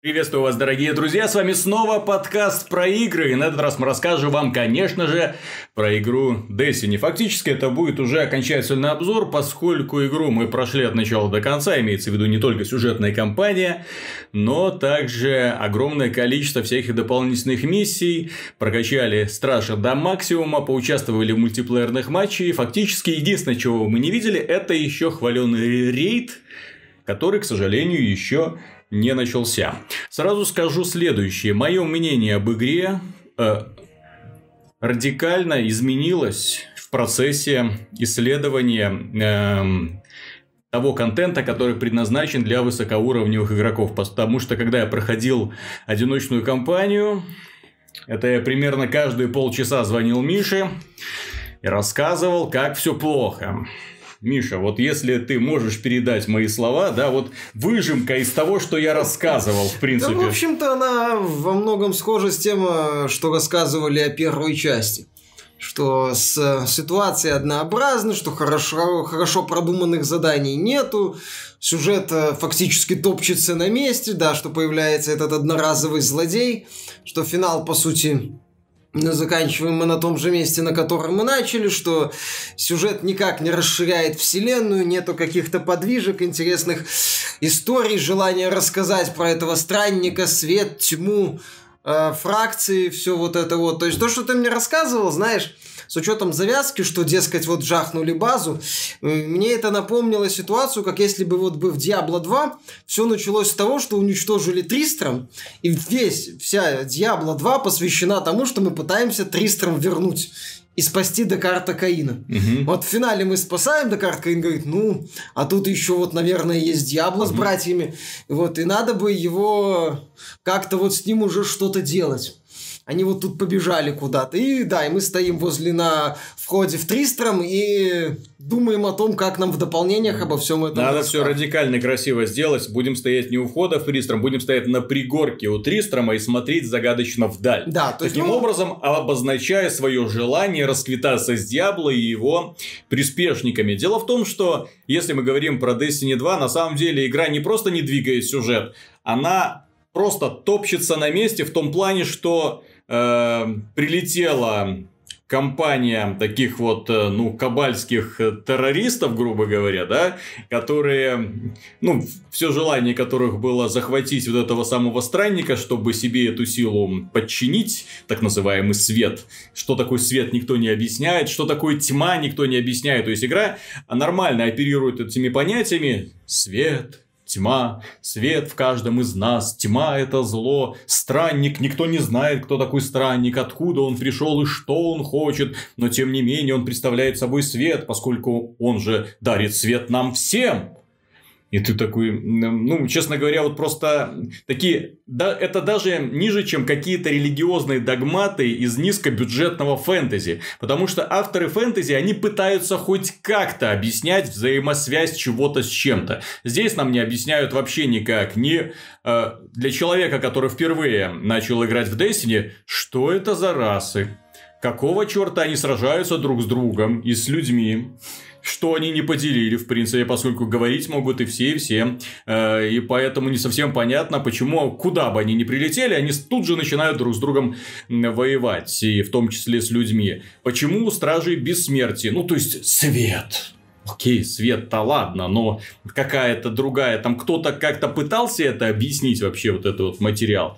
Приветствую вас, дорогие друзья, с вами снова подкаст про игры, и на этот раз мы расскажем вам, конечно же, про игру Destiny. Фактически это будет уже окончательный обзор, поскольку игру мы прошли от начала до конца, имеется в виду не только сюжетная кампания, но также огромное количество всяких дополнительных миссий, прокачали Стража до максимума, поучаствовали в мультиплеерных матчах, и фактически единственное, чего мы не видели, это еще хваленый рейд, который, к сожалению, еще не начался. Сразу скажу следующее. Мое мнение об игре радикально изменилось в процессе исследования того контента, который предназначен для высокоуровневых игроков. Потому что, когда я проходил одиночную кампанию, это я примерно каждые полчаса звонил Мише и рассказывал, как все плохо. Миша, вот если ты можешь передать мои слова, да, вот выжимка из того, что я рассказывал, в принципе. Да, в общем-то, она во многом схожа с тем, что рассказывали о первой части. Что ситуация однообразна, что хорошо продуманных заданий нету, сюжет фактически топчется на месте, да, что появляется этот одноразовый злодей, что финал, по сути, заканчиваем мы на том же месте, на котором мы начали, что сюжет никак не расширяет вселенную, нету каких-то подвижек, интересных историй, желания рассказать про этого странника, свет, тьму, фракции, все вот это вот. То есть то, что ты мне рассказывал, знаешь, с учетом завязки, что, дескать, вот жахнули базу, мне это напомнило ситуацию, как если бы вот в Diablo 2 все началось с того, что уничтожили Тристрам, и вся Diablo 2 посвящена тому, что мы пытаемся Тристрам вернуть и спасти Декарта Каина. Угу. Вот в финале мы спасаем, Декарт Каин говорит, а тут еще вот, наверное, есть Диабло с братьями, вот, и надо бы его как-то вот с ним уже что-то делать. Они вот тут побежали куда-то. И да, и мы стоим на входе в Тристрам и думаем о том, как нам в дополнениях обо всем этом надо все радикально красиво сделать. Будем стоять не у входа в Тристрам, будем стоять на пригорке у Тристрама и смотреть загадочно вдаль. Да, то есть, таким образом, обозначая свое желание расквитаться с Диабло и его приспешниками. Дело в том, что если мы говорим про Destiny 2, на самом деле игра не просто не двигает сюжет, она просто топчется на месте в том плане, что прилетела компания таких вот, кабальских террористов, грубо говоря, да, которые, все желание которых было захватить вот этого самого странника, чтобы себе эту силу подчинить, так называемый свет. Что такое свет, никто не объясняет, что такое тьма, никто не объясняет. То есть игра нормально оперирует этими понятиями: свет, тьма, свет в каждом из нас, тьма — это зло, странник, никто не знает, кто такой странник, откуда он пришел и что он хочет, но тем не менее он представляет собой свет, поскольку он же дарит свет нам всем. И ты такой, честно говоря, вот просто такие, да, это даже ниже, чем какие-то религиозные догматы из низкобюджетного фэнтези. Потому что авторы фэнтези, они пытаются хоть как-то объяснять взаимосвязь чего-то с чем-то. Здесь нам не объясняют вообще никак. Для человека, который впервые начал играть в Destiny, что это за расы, какого черта они сражаются друг с другом и с людьми. Что они не поделили, в принципе, поскольку говорить могут и все. И поэтому не совсем понятно, почему, куда бы они ни прилетели, они тут же начинают друг с другом воевать. И в том числе с людьми. Почему у стражей бессмертие? То есть свет. Окей, свет-то ладно, но какая-то другая. Там кто-то как-то пытался это объяснить вообще, вот этот вот материал.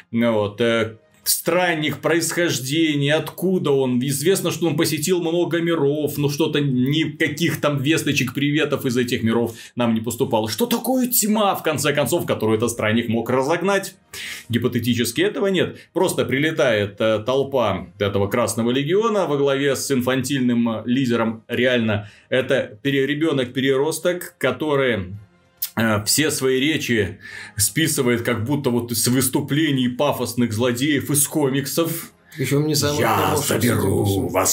Странник, происхождение, откуда он. Известно, что он посетил много миров, но что-то никаких там весточек, приветов из этих миров нам не поступало. Что такое тьма, в конце концов, которую этот странник мог разогнать? Гипотетически этого нет. Просто прилетает толпа этого Красного Легиона во главе с инфантильным лидером. Реально, это ребенок-переросток, который все свои речи списывает как будто вот с выступлений пафосных злодеев из комиксов. Причем не самых Я заберу ваш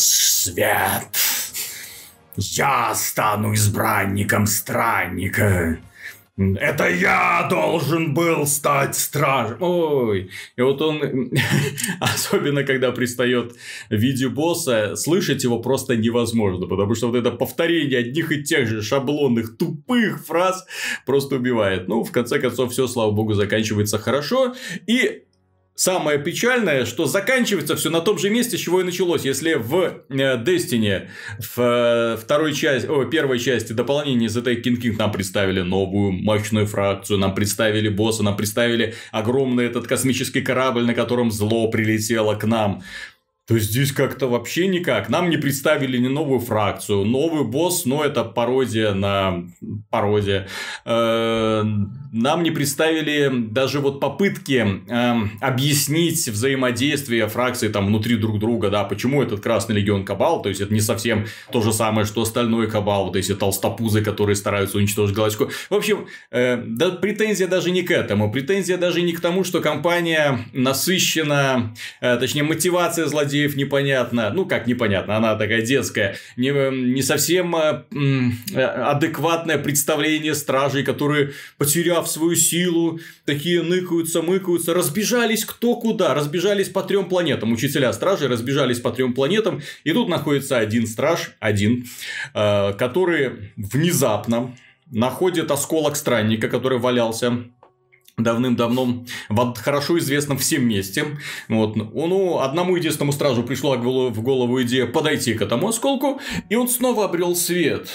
свет. Я стану избранником странника. Это я должен был стать стражем. Ой. И вот он, особенно когда пристает в виде босса, слышать его просто невозможно. Потому что вот это повторение одних и тех же шаблонных тупых фраз просто убивает. Ну, в конце концов, все, слава богу, заканчивается хорошо. И самое печальное, что заканчивается все на том же месте, с чего и началось. Если в Destiny в первой части дополнения The Taken King нам представили новую мощную фракцию, нам представили босса, нам представили огромный этот космический корабль, на котором зло прилетело к нам, то здесь как-то вообще никак. Нам не представили ни новую фракцию, новый босс, но это пародия на пародия. Нам не представили даже вот попытки объяснить взаимодействие фракций там внутри друг друга, да, почему этот Красный Легион Кабал, то есть это не совсем то же самое, что остальной Кабал, вот эти толстопузы, которые стараются уничтожить галактику. В общем, претензия даже не к этому, претензия даже не к тому, что компания насыщена, точнее, мотивация злодеев непонятна, ну как непонятно, она такая детская, не совсем адекватное представление стражей, которые, потеряв свою силу, такие ныкаются, разбежались кто куда, разбежались по 3 планетам, учителя стражей разбежались по 3 планетам, и тут находится один страж, который внезапно находит осколок странника, который валялся давным-давно в хорошо известном всем месте. Вот. Ну, одному единственному стражу пришла в голову идея подойти к этому осколку, и он снова обрел свет.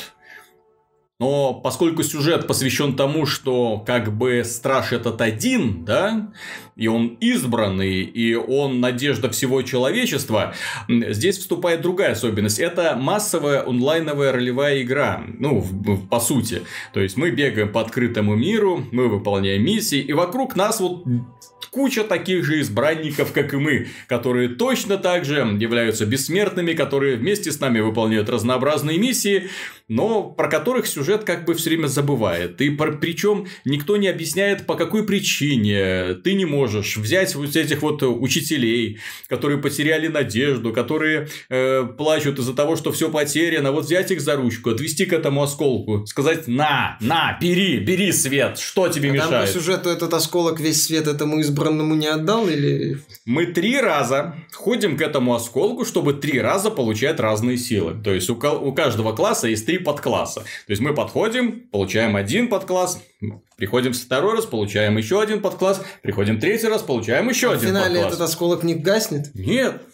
Но поскольку сюжет посвящен тому, что как бы страж этот один, да, и он избранный, и он надежда всего человечества, здесь вступает другая особенность. Это массовая онлайновая ролевая игра, ну, по сути. То есть мы бегаем по открытому миру, мы выполняем миссии, и вокруг нас вот куча таких же избранников, как и мы, которые точно так же являются бессмертными, которые вместе с нами выполняют разнообразные миссии, но про которых сюжет как бы все время забывает. И причем никто не объясняет, по какой причине ты не можешь взять вот этих вот учителей, которые потеряли надежду, которые плачут из-за того, что все потеряно, вот взять их за ручку, отвести к этому осколку, сказать: на, бери свет, что тебе мешает? Там по сюжету этот осколок весь свет этому избранному не отдал, или... Мы 3 раза ходим к этому осколку, чтобы 3 раза получать разные силы. То есть у каждого класса есть 3 подкласса. То есть мы подходим, получаем 1 подкласс, приходим 2-й раз, получаем еще 1 подкласс, приходим 3-й раз, получаем еще 1 подкласс. В финале этот осколок не гаснет? Нет.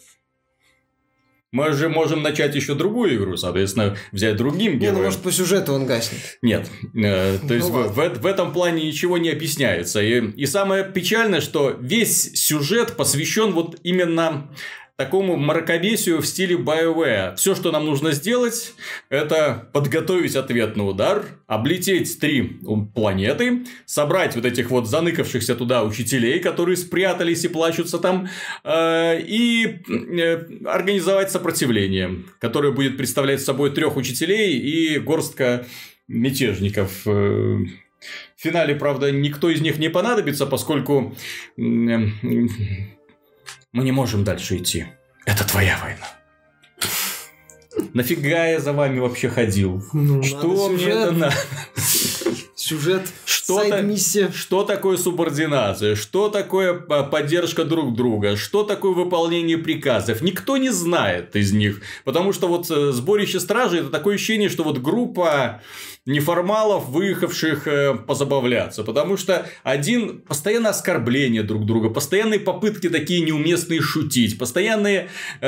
Мы же можем начать еще другую игру, соответственно, взять другим героем. Ну, может, по сюжету он гаснет. Нет. То есть в этом плане ничего не объясняется. И самое печальное, что весь сюжет посвящен вот именно такому мракобесию в стиле BioWare. Все, что нам нужно сделать, это подготовить ответный удар, облететь 3 планеты, собрать вот этих вот заныкавшихся туда учителей, которые спрятались и плачутся там, и организовать сопротивление, которое будет представлять собой 3 учителей и горстка мятежников. В финале, правда, никто из них не понадобится, поскольку мы не можем дальше идти. Это твоя война. Нафига я за вами вообще ходил? Ну, что мне это надо? Сюжет, сайд-миссия. Что такое субординация? Что такое поддержка друг друга? Что такое выполнение приказов? Никто не знает из них. Потому что вот сборище стражей — это такое ощущение, что вот группа неформалов, выехавших позабавляться. Потому что постоянное оскорбление друг друга, постоянные попытки такие неуместные шутить, постоянные...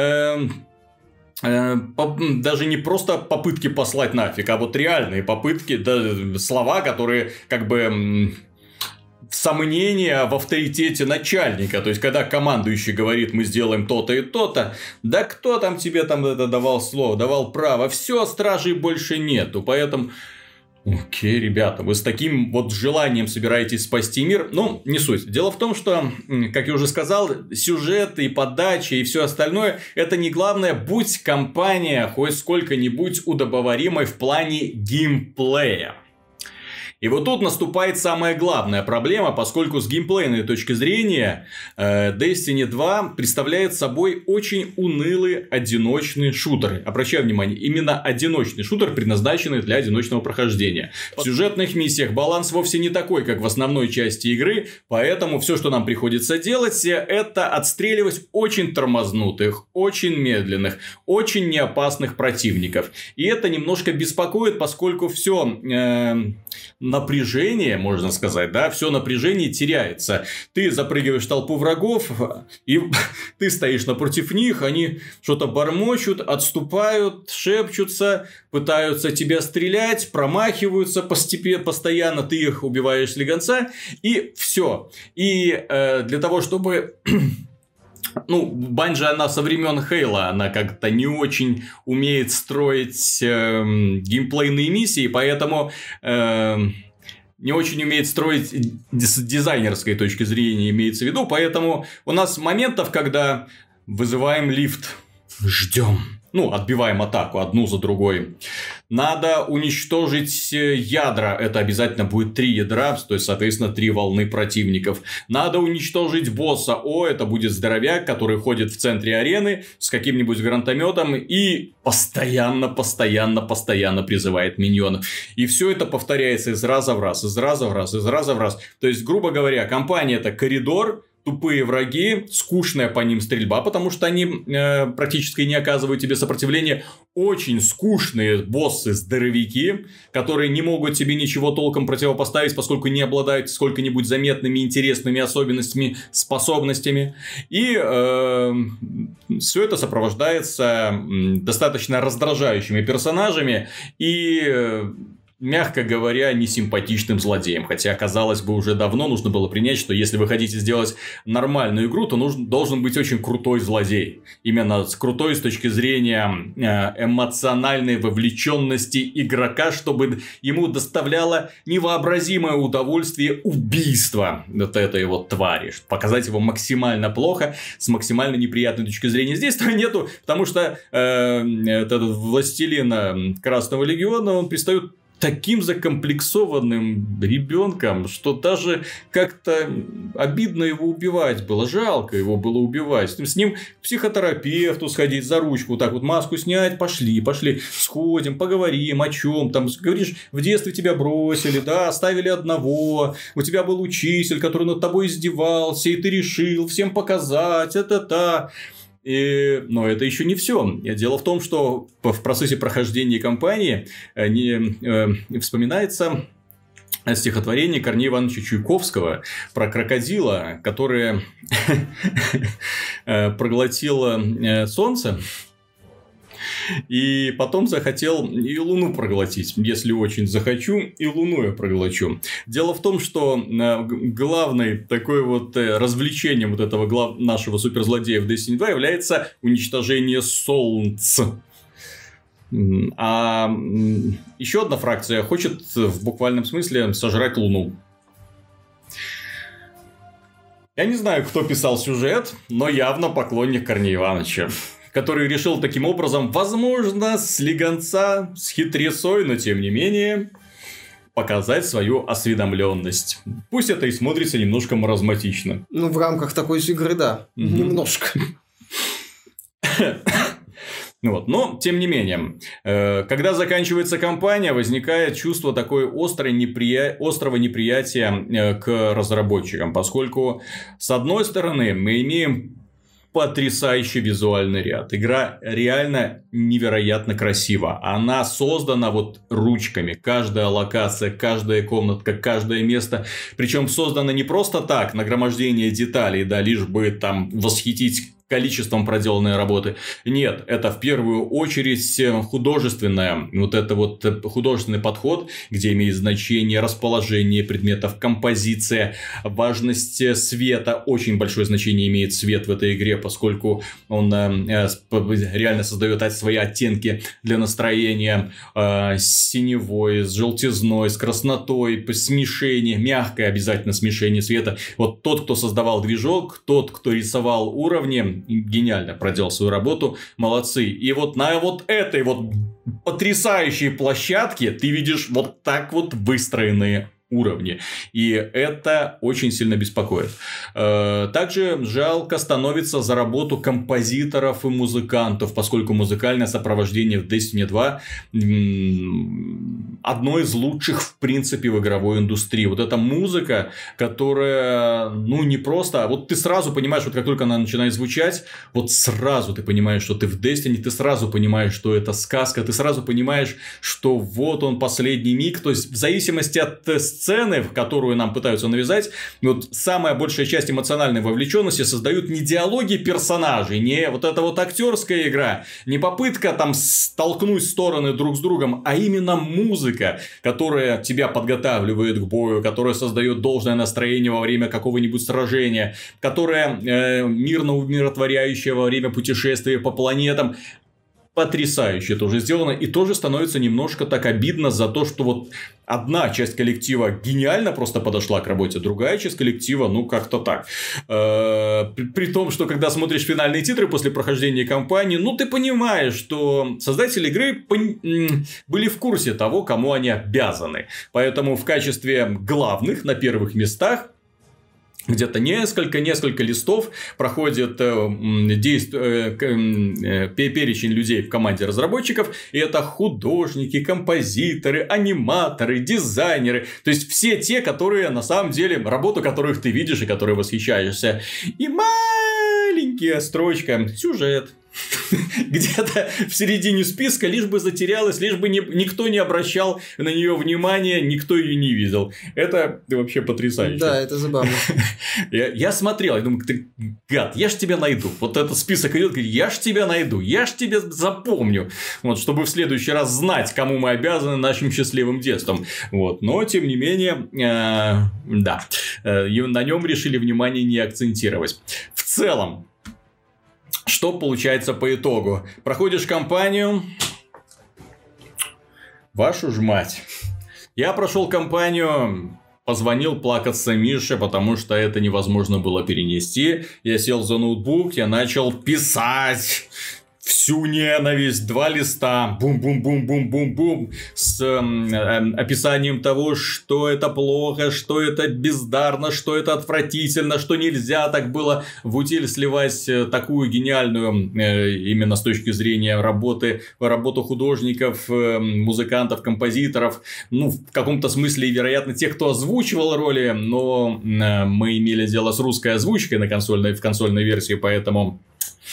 даже не просто попытки послать нафиг, а вот реальные попытки, да, слова, которые как бы сомнения в авторитете начальника. То есть, когда командующий говорит: мы сделаем то-то и то-то, да кто там тебе там это давал слово, давал право, все, стражей больше нету, поэтому... Окей, ребята, вы с таким вот желанием собираетесь спасти мир? Ну, не суть. Дело в том, что, как я уже сказал, сюжет и подача и все остальное — это не главное, будь компания хоть сколько-нибудь удобоваримой в плане геймплея. И вот тут наступает самая главная проблема, поскольку с геймплейной точки зрения Destiny 2 представляет собой очень унылый одиночный шутер. Обращаю внимание, именно одиночный шутер, предназначенный для одиночного прохождения. В сюжетных миссиях баланс вовсе не такой, как в основной части игры, поэтому все, что нам приходится делать, это отстреливать очень тормознутых, очень медленных, очень неопасных противников. И это немножко беспокоит, поскольку все напряжение, можно сказать, да, все напряжение теряется. Ты запрыгиваешь в толпу врагов, и ты стоишь напротив них, они что-то бормочут, отступают, шепчутся, пытаются тебя стрелять, промахиваются постоянно, ты их убиваешь с легонца, и все. И для того, чтобы... Банжи, она со времен Хейла, она как-то не очень умеет строить геймплейные миссии, поэтому не очень умеет строить с дизайнерской точки зрения, имеется в виду, поэтому у нас моментов, когда вызываем лифт, ждем. Отбиваем атаку одну за другой. Надо уничтожить ядра. Это обязательно будет 3 ядра, то есть, соответственно, 3 волны противников. Надо уничтожить босса. Это будет здоровяк, который ходит в центре арены с каким-нибудь гранатометом и постоянно призывает миньонов. И все это повторяется из раза в раз. То есть, грубо говоря, кампания — это коридор, тупые враги, скучная по ним стрельба, потому что они практически не оказывают тебе сопротивления. Очень скучные боссы-здоровяки, которые не могут тебе ничего толком противопоставить, поскольку не обладают сколько-нибудь заметными, интересными особенностями, способностями. И все это сопровождается достаточно раздражающими персонажами и... мягко говоря, несимпатичным злодеем. Хотя, казалось бы, уже давно нужно было принять, что если вы хотите сделать нормальную игру, то должен быть очень крутой злодей. Именно крутой с точки зрения эмоциональной вовлеченности игрока, чтобы ему доставляло невообразимое удовольствие убийство вот этой вот твари. Показать его максимально плохо, с максимально неприятной точки зрения. Здесь этого нету, потому что этот властелин Красного Легиона, он предстает таким закомплексованным ребенком, что даже как-то обидно его убивать было, жалко его было убивать. С ним к психотерапевту сходить за ручку, так вот маску снять, пошли, сходим, поговорим о чем там. Говоришь, в детстве тебя бросили, да, оставили одного, у тебя был учитель, который над тобой издевался, и ты решил всем показать, но это еще не все. Дело в том, что в процессе прохождения кампании вспоминается стихотворение Корнея Ивановича Чуйковского про крокодила, который проглотил солнце. И потом захотел и Луну проглотить. Если очень захочу, и Луну я проглочу. Дело в том, что главной такой вот развлечением вот этого нашего суперзлодея в Destiny 2 является уничтожение Солнца. А еще одна фракция хочет в буквальном смысле сожрать Луну. Я не знаю, кто писал сюжет, но явно поклонник Корнея Ивановича, который решил таким образом, возможно, с легонца, с хитрецой, но тем не менее, показать свою осведомленность. Пусть это и смотрится немножко маразматично. В рамках такой игры, да, немножко. Но, тем не менее, когда заканчивается кампания, возникает чувство такой острого неприятия к разработчикам, поскольку, с одной стороны, мы имеем потрясающий визуальный ряд. Игра реально невероятно красива. Она создана вот ручками. Каждая локация, каждая комнатка, каждое место. Причем создана не просто так, нагромождение деталей, да, лишь бы там восхитить количеством проделанной работы. Нет, это в первую очередь художественный подход, где имеет значение расположение предметов, композиция, важность света. Очень большое значение имеет свет в этой игре, поскольку он реально создает свои оттенки для настроения, с синевой, с желтизной, с краснотой, смешение, мягкое обязательно смешение света. Вот тот, кто создавал движок, тот, кто рисовал уровни, гениально проделал свою работу, молодцы. И вот на вот этой вот потрясающей площадке ты видишь вот так вот выстроенные уровни. И это очень сильно беспокоит. Также жалко становится за работу композиторов и музыкантов, поскольку музыкальное сопровождение в Destiny 2 одно из лучших в принципе в игровой индустрии. Вот эта музыка, которая, ну, не просто... Вот ты сразу понимаешь, вот как только она начинает звучать, вот сразу ты понимаешь, что ты в Destiny, ты сразу понимаешь, что это сказка, ты сразу понимаешь, что вот он последний миг. То есть, в зависимости от сцены, в которую нам пытаются навязать, вот самая большая часть эмоциональной вовлеченности создают не диалоги персонажей, не вот эта вот актерская игра, не попытка там столкнуть стороны друг с другом, а именно музыка, которая тебя подготавливает к бою, которая создает должное настроение во время какого-нибудь сражения, которая мирно умиротворяющая во время путешествия по планетам. Потрясающе тоже сделано. И тоже становится немножко так обидно за то, что вот одна часть коллектива гениально просто подошла к работе, другая часть коллектива, ну, как-то так. При том, что когда смотришь финальные титры после прохождения кампании, ну, ты понимаешь, что создатели игры были в курсе того, кому они обязаны. Поэтому в качестве главных на первых местах где-то несколько листов проходит перечень людей в команде разработчиков. И это художники, композиторы, аниматоры, дизайнеры. То есть, все те, которые на самом деле, работу которых ты видишь и которые восхищаешься. И маленькая строчка сюжет. Где-то в середине списка, лишь бы затерялась, лишь бы никто не обращал на нее внимания, никто ее не видел. Это вообще потрясающе. Да, это забавно. Я смотрел, я думаю, ты гад, я ж тебя найду. Вот этот список идет, говорит, я ж тебя найду, я ж тебя запомню. Вот, чтобы в следующий раз знать, кому мы обязаны нашим счастливым детством. Вот. Но, тем не менее, да, на нем решили внимание не акцентировать. В целом, что получается по итогу? Проходишь кампанию. Вашу ж мать. Я прошел кампанию, позвонил плакаться Мише, потому что это невозможно было перенести. Я сел за ноутбук, я начал писать всю ненависть, 2 листа, бум-бум-бум-бум-бум-бум, с описанием того, что это плохо, что это бездарно, что это отвратительно, что нельзя так было в утиль сливать такую гениальную, именно с точки зрения работу художников, музыкантов, композиторов, ну, в каком-то смысле, вероятно, тех, кто озвучивал роли, но мы имели дело с русской озвучкой в консольной версии, поэтому...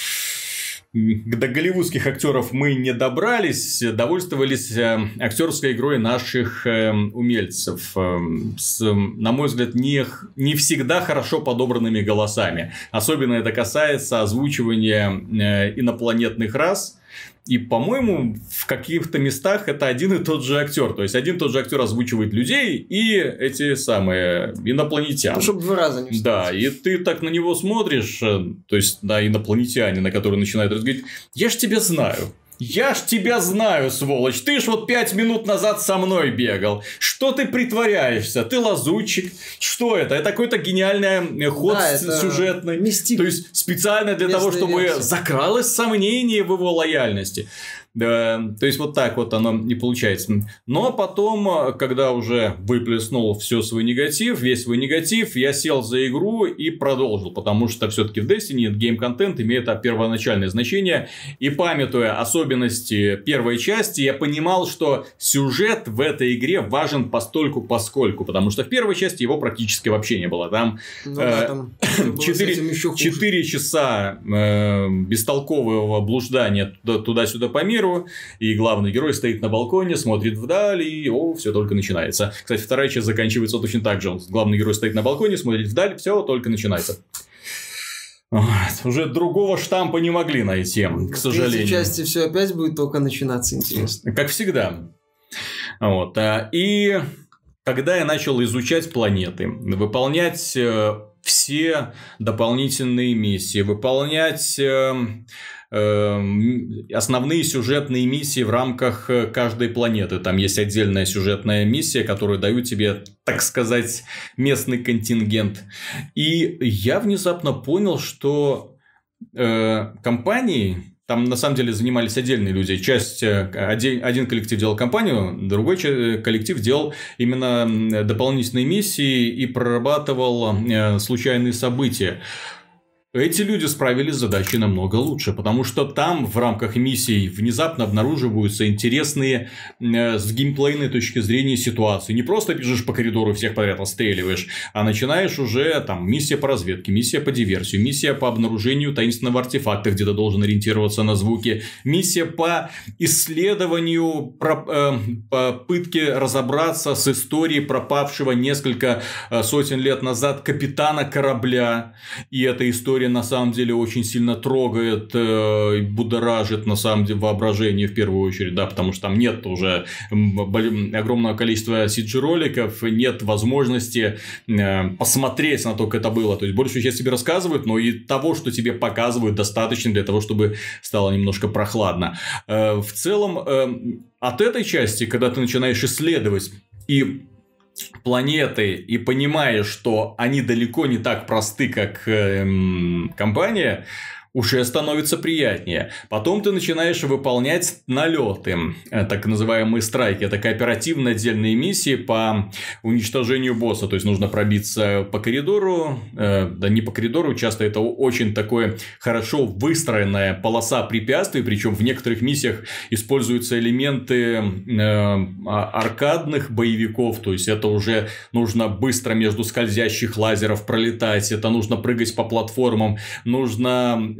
До голливудских актеров мы не добрались, довольствовались актерской игрой наших умельцев с, на мой взгляд, не всегда хорошо подобранными голосами. Особенно это касается озвучивания инопланетных рас. И, по-моему, в каких-то местах это один и тот же актер. То есть, один и тот же актер озвучивает людей и эти самые инопланетян. Ну, чтобы 2 раза не да, и ты так на него смотришь, то есть, на инопланетянина, который начинает разговаривать. Я ж тебя знаю. Я ж тебя знаю, сволочь. Ты ж вот 5 минут назад со мной бегал. Что ты притворяешься? Ты лазутчик. Что это? Это какой-то гениальный ход, да, сюжетный. Мистик. То есть, специально для того, чтобы закралось сомнение в его лояльности. Да, то есть, вот так вот оно не получается. Но потом, когда уже выплеснул весь свой негатив, я сел за игру и продолжил. Потому что, все-таки в Destiny гейм-контент имеет первоначальное значение. И, памятуя особенности первой части, я понимал, что сюжет в этой игре важен постольку-поскольку. Потому что в первой части его практически вообще не было. Там 4 часа бестолкового блуждания туда-сюда по миру. И главный герой стоит на балконе, смотрит вдаль, и все только начинается. Кстати, вторая часть заканчивается точно так же. Главный герой стоит на балконе, смотрит вдаль, все только начинается. Уже другого штампа не могли найти, к сожалению. В третьей части все опять будет только начинаться, интересно. Как всегда. Вот. И когда я начал изучать планеты, выполнять все дополнительные миссии, выполнять основные сюжетные миссии в рамках каждой планеты. Там есть отдельная сюжетная миссия, которую дают тебе, так сказать, местный контингент. И я внезапно понял, что компании... Там, на самом деле, занимались отдельные люди. Один коллектив делал кампанию, другой коллектив делал именно дополнительные миссии и прорабатывал случайные события. Эти люди справились с задачей намного лучше, потому что там в рамках миссий внезапно обнаруживаются интересные с геймплейной точки зрения ситуации. Не просто бежишь по коридору и всех подряд отстреливаешь, а начинаешь уже там миссия по разведке, миссия по диверсии, миссия по обнаружению таинственного артефакта, где ты должен ориентироваться на звуки, миссия по исследованию, попытке разобраться с историей пропавшего несколько сотен лет назад капитана корабля. И эта история на самом деле очень сильно трогает и будоражит на самом деле воображение в первую очередь, да, потому что там нет уже огромного количества CG-роликов, нет возможности посмотреть на то, как это было. То есть большую часть тебе рассказывают, но и того, что тебе показывают, достаточно для того, чтобы стало немножко прохладно. В целом, от этой части, когда ты начинаешь исследовать и планеты и понимаешь, что они далеко не так просты, как компания, уже становится приятнее. Потом ты начинаешь выполнять налеты, так называемые страйки. Это кооперативные отдельные миссии по уничтожению босса. То есть нужно пробиться по коридору, да не по коридору, часто это очень такое хорошо выстроенная полоса препятствий, причем в некоторых миссиях используются элементы аркадных боевиков. То есть это уже нужно быстро между скользящих лазеров пролетать, это нужно прыгать по платформам, нужно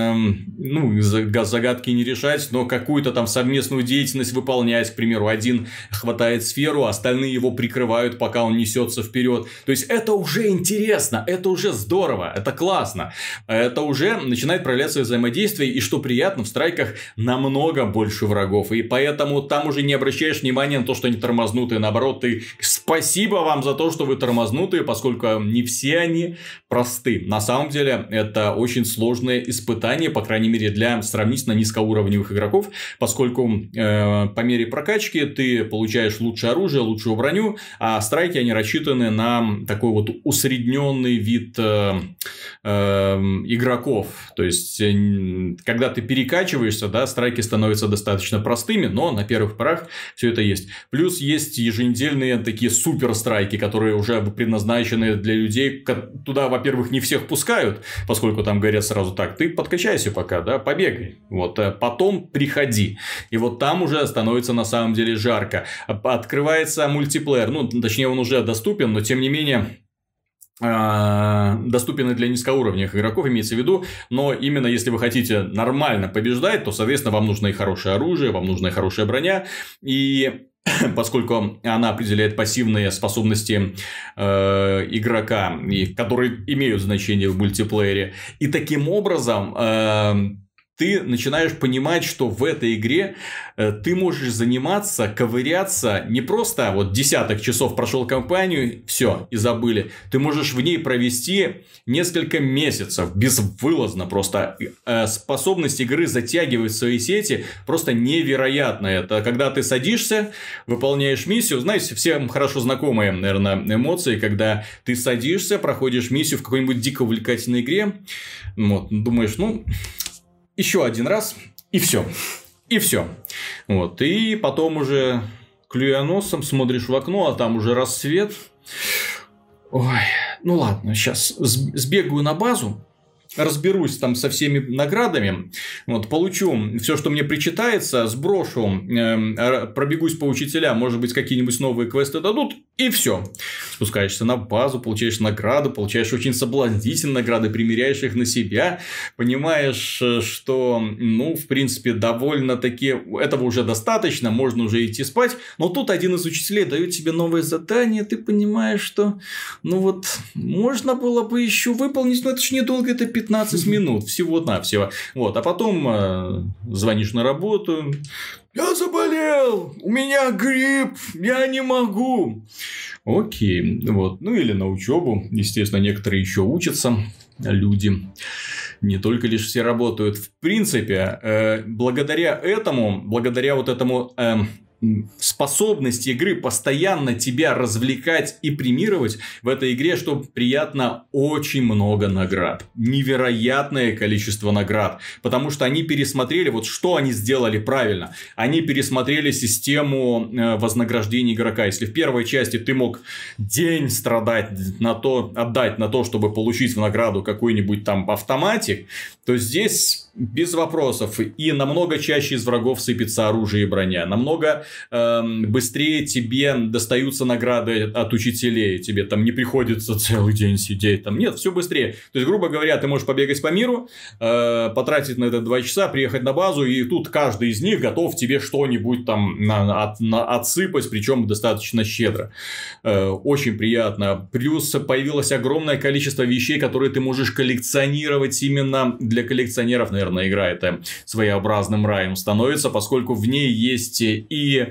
загадки не решать, но какую-то там совместную деятельность выполнять. К примеру, один хватает сферу, остальные его прикрывают, пока он несется вперед. То есть это уже интересно, это уже здорово, это классно. Это уже начинает проявляться взаимодействие, и что приятно, в страйках намного больше врагов. И поэтому там уже не обращаешь внимания на то, что они тормознутые. Наоборот, ты спасибо вам за то, что вы тормознутые, поскольку не все они просты. На самом деле, это очень сложное испытание, по крайней мере, для сравнительно низкоуровневых игроков, поскольку по мере прокачки ты получаешь лучшее оружие, лучшую броню, а страйки, они рассчитаны на такой вот усредненный вид игроков. То есть, когда ты перекачиваешься, да, страйки становятся достаточно простыми, но на первых порах все это есть. Плюс есть еженедельные такие супер страйки, которые уже предназначены для людей. Туда, во-первых, не всех пускают, поскольку там говорят сразу так: ты подкачайся пока, да, побегай, вот, потом приходи. И вот там уже становится на самом деле жарко. Открывается мультиплеер, ну, точнее, он уже доступен, но тем не менее доступен и для низкоуровневых игроков, имеется в виду, но именно если вы хотите нормально побеждать, то, соответственно, вам нужно и хорошее оружие, вам нужна и хорошая броня, и поскольку она определяет пассивные способности игрока, которые имеют значение в мультиплеере, и таким образом ты начинаешь понимать, что в этой игре ты можешь заниматься, ковыряться, не просто вот десяток часов прошел кампанию, все, и забыли. Ты можешь в ней провести несколько месяцев безвылазно. Просто способность игры затягивать свои сети просто невероятно. Это когда ты садишься, выполняешь миссию. Знаете, всем хорошо знакомые, наверное, эмоции, когда ты садишься, проходишь миссию в какой-нибудь дико увлекательной игре, вот, думаешь, ну... еще один раз, и все. И все. Вот. И потом уже клюя носом смотришь в окно, а там уже рассвет. Ой, ну ладно, сейчас сбегаю на базу, разберусь там со всеми наградами, вот, получу все, что мне причитается, сброшу, пробегусь по учителям, может быть, какие-нибудь новые квесты дадут, и все. Спускаешься на базу, получаешь награду, получаешь очень соблазнительные награды, примеряешь их на себя, понимаешь, что, ну, в принципе, довольно-таки этого уже достаточно, можно уже идти спать, но тут один из учителей дает тебе новое задание, ты понимаешь, что, ну вот, можно было бы еще выполнить, но это ж недолго, это 15 минут, всего-навсего. Вот, а потом звонишь на работу. Я заболел, у меня грипп, я не могу. Окей, вот, ну или на учебу, естественно, некоторые еще учатся, люди, не только лишь все работают. В принципе, благодаря вот этому способность игры постоянно тебя развлекать и премировать в этой игре, что приятно, очень много наград. Невероятное количество наград. Потому что они пересмотрели, вот что они сделали правильно. Они пересмотрели систему вознаграждения игрока. Если в первой части ты мог день страдать на то, отдать на то, чтобы получить в награду какой-нибудь там автоматик, то здесь без вопросов. И намного чаще из врагов сыпется оружие и броня. Намного быстрее тебе достаются награды от учителей. Тебе там не приходится целый день сидеть. Там. Нет, все быстрее. То есть, грубо говоря, ты можешь побегать по миру, потратить на это 2 часа, приехать на базу, и тут каждый из них готов тебе что-нибудь там отсыпать, причем достаточно щедро. Очень приятно. Плюс появилось огромное количество вещей, которые ты можешь коллекционировать. Именно для коллекционеров, наверное, игра это своеобразным раем становится, поскольку в ней есть и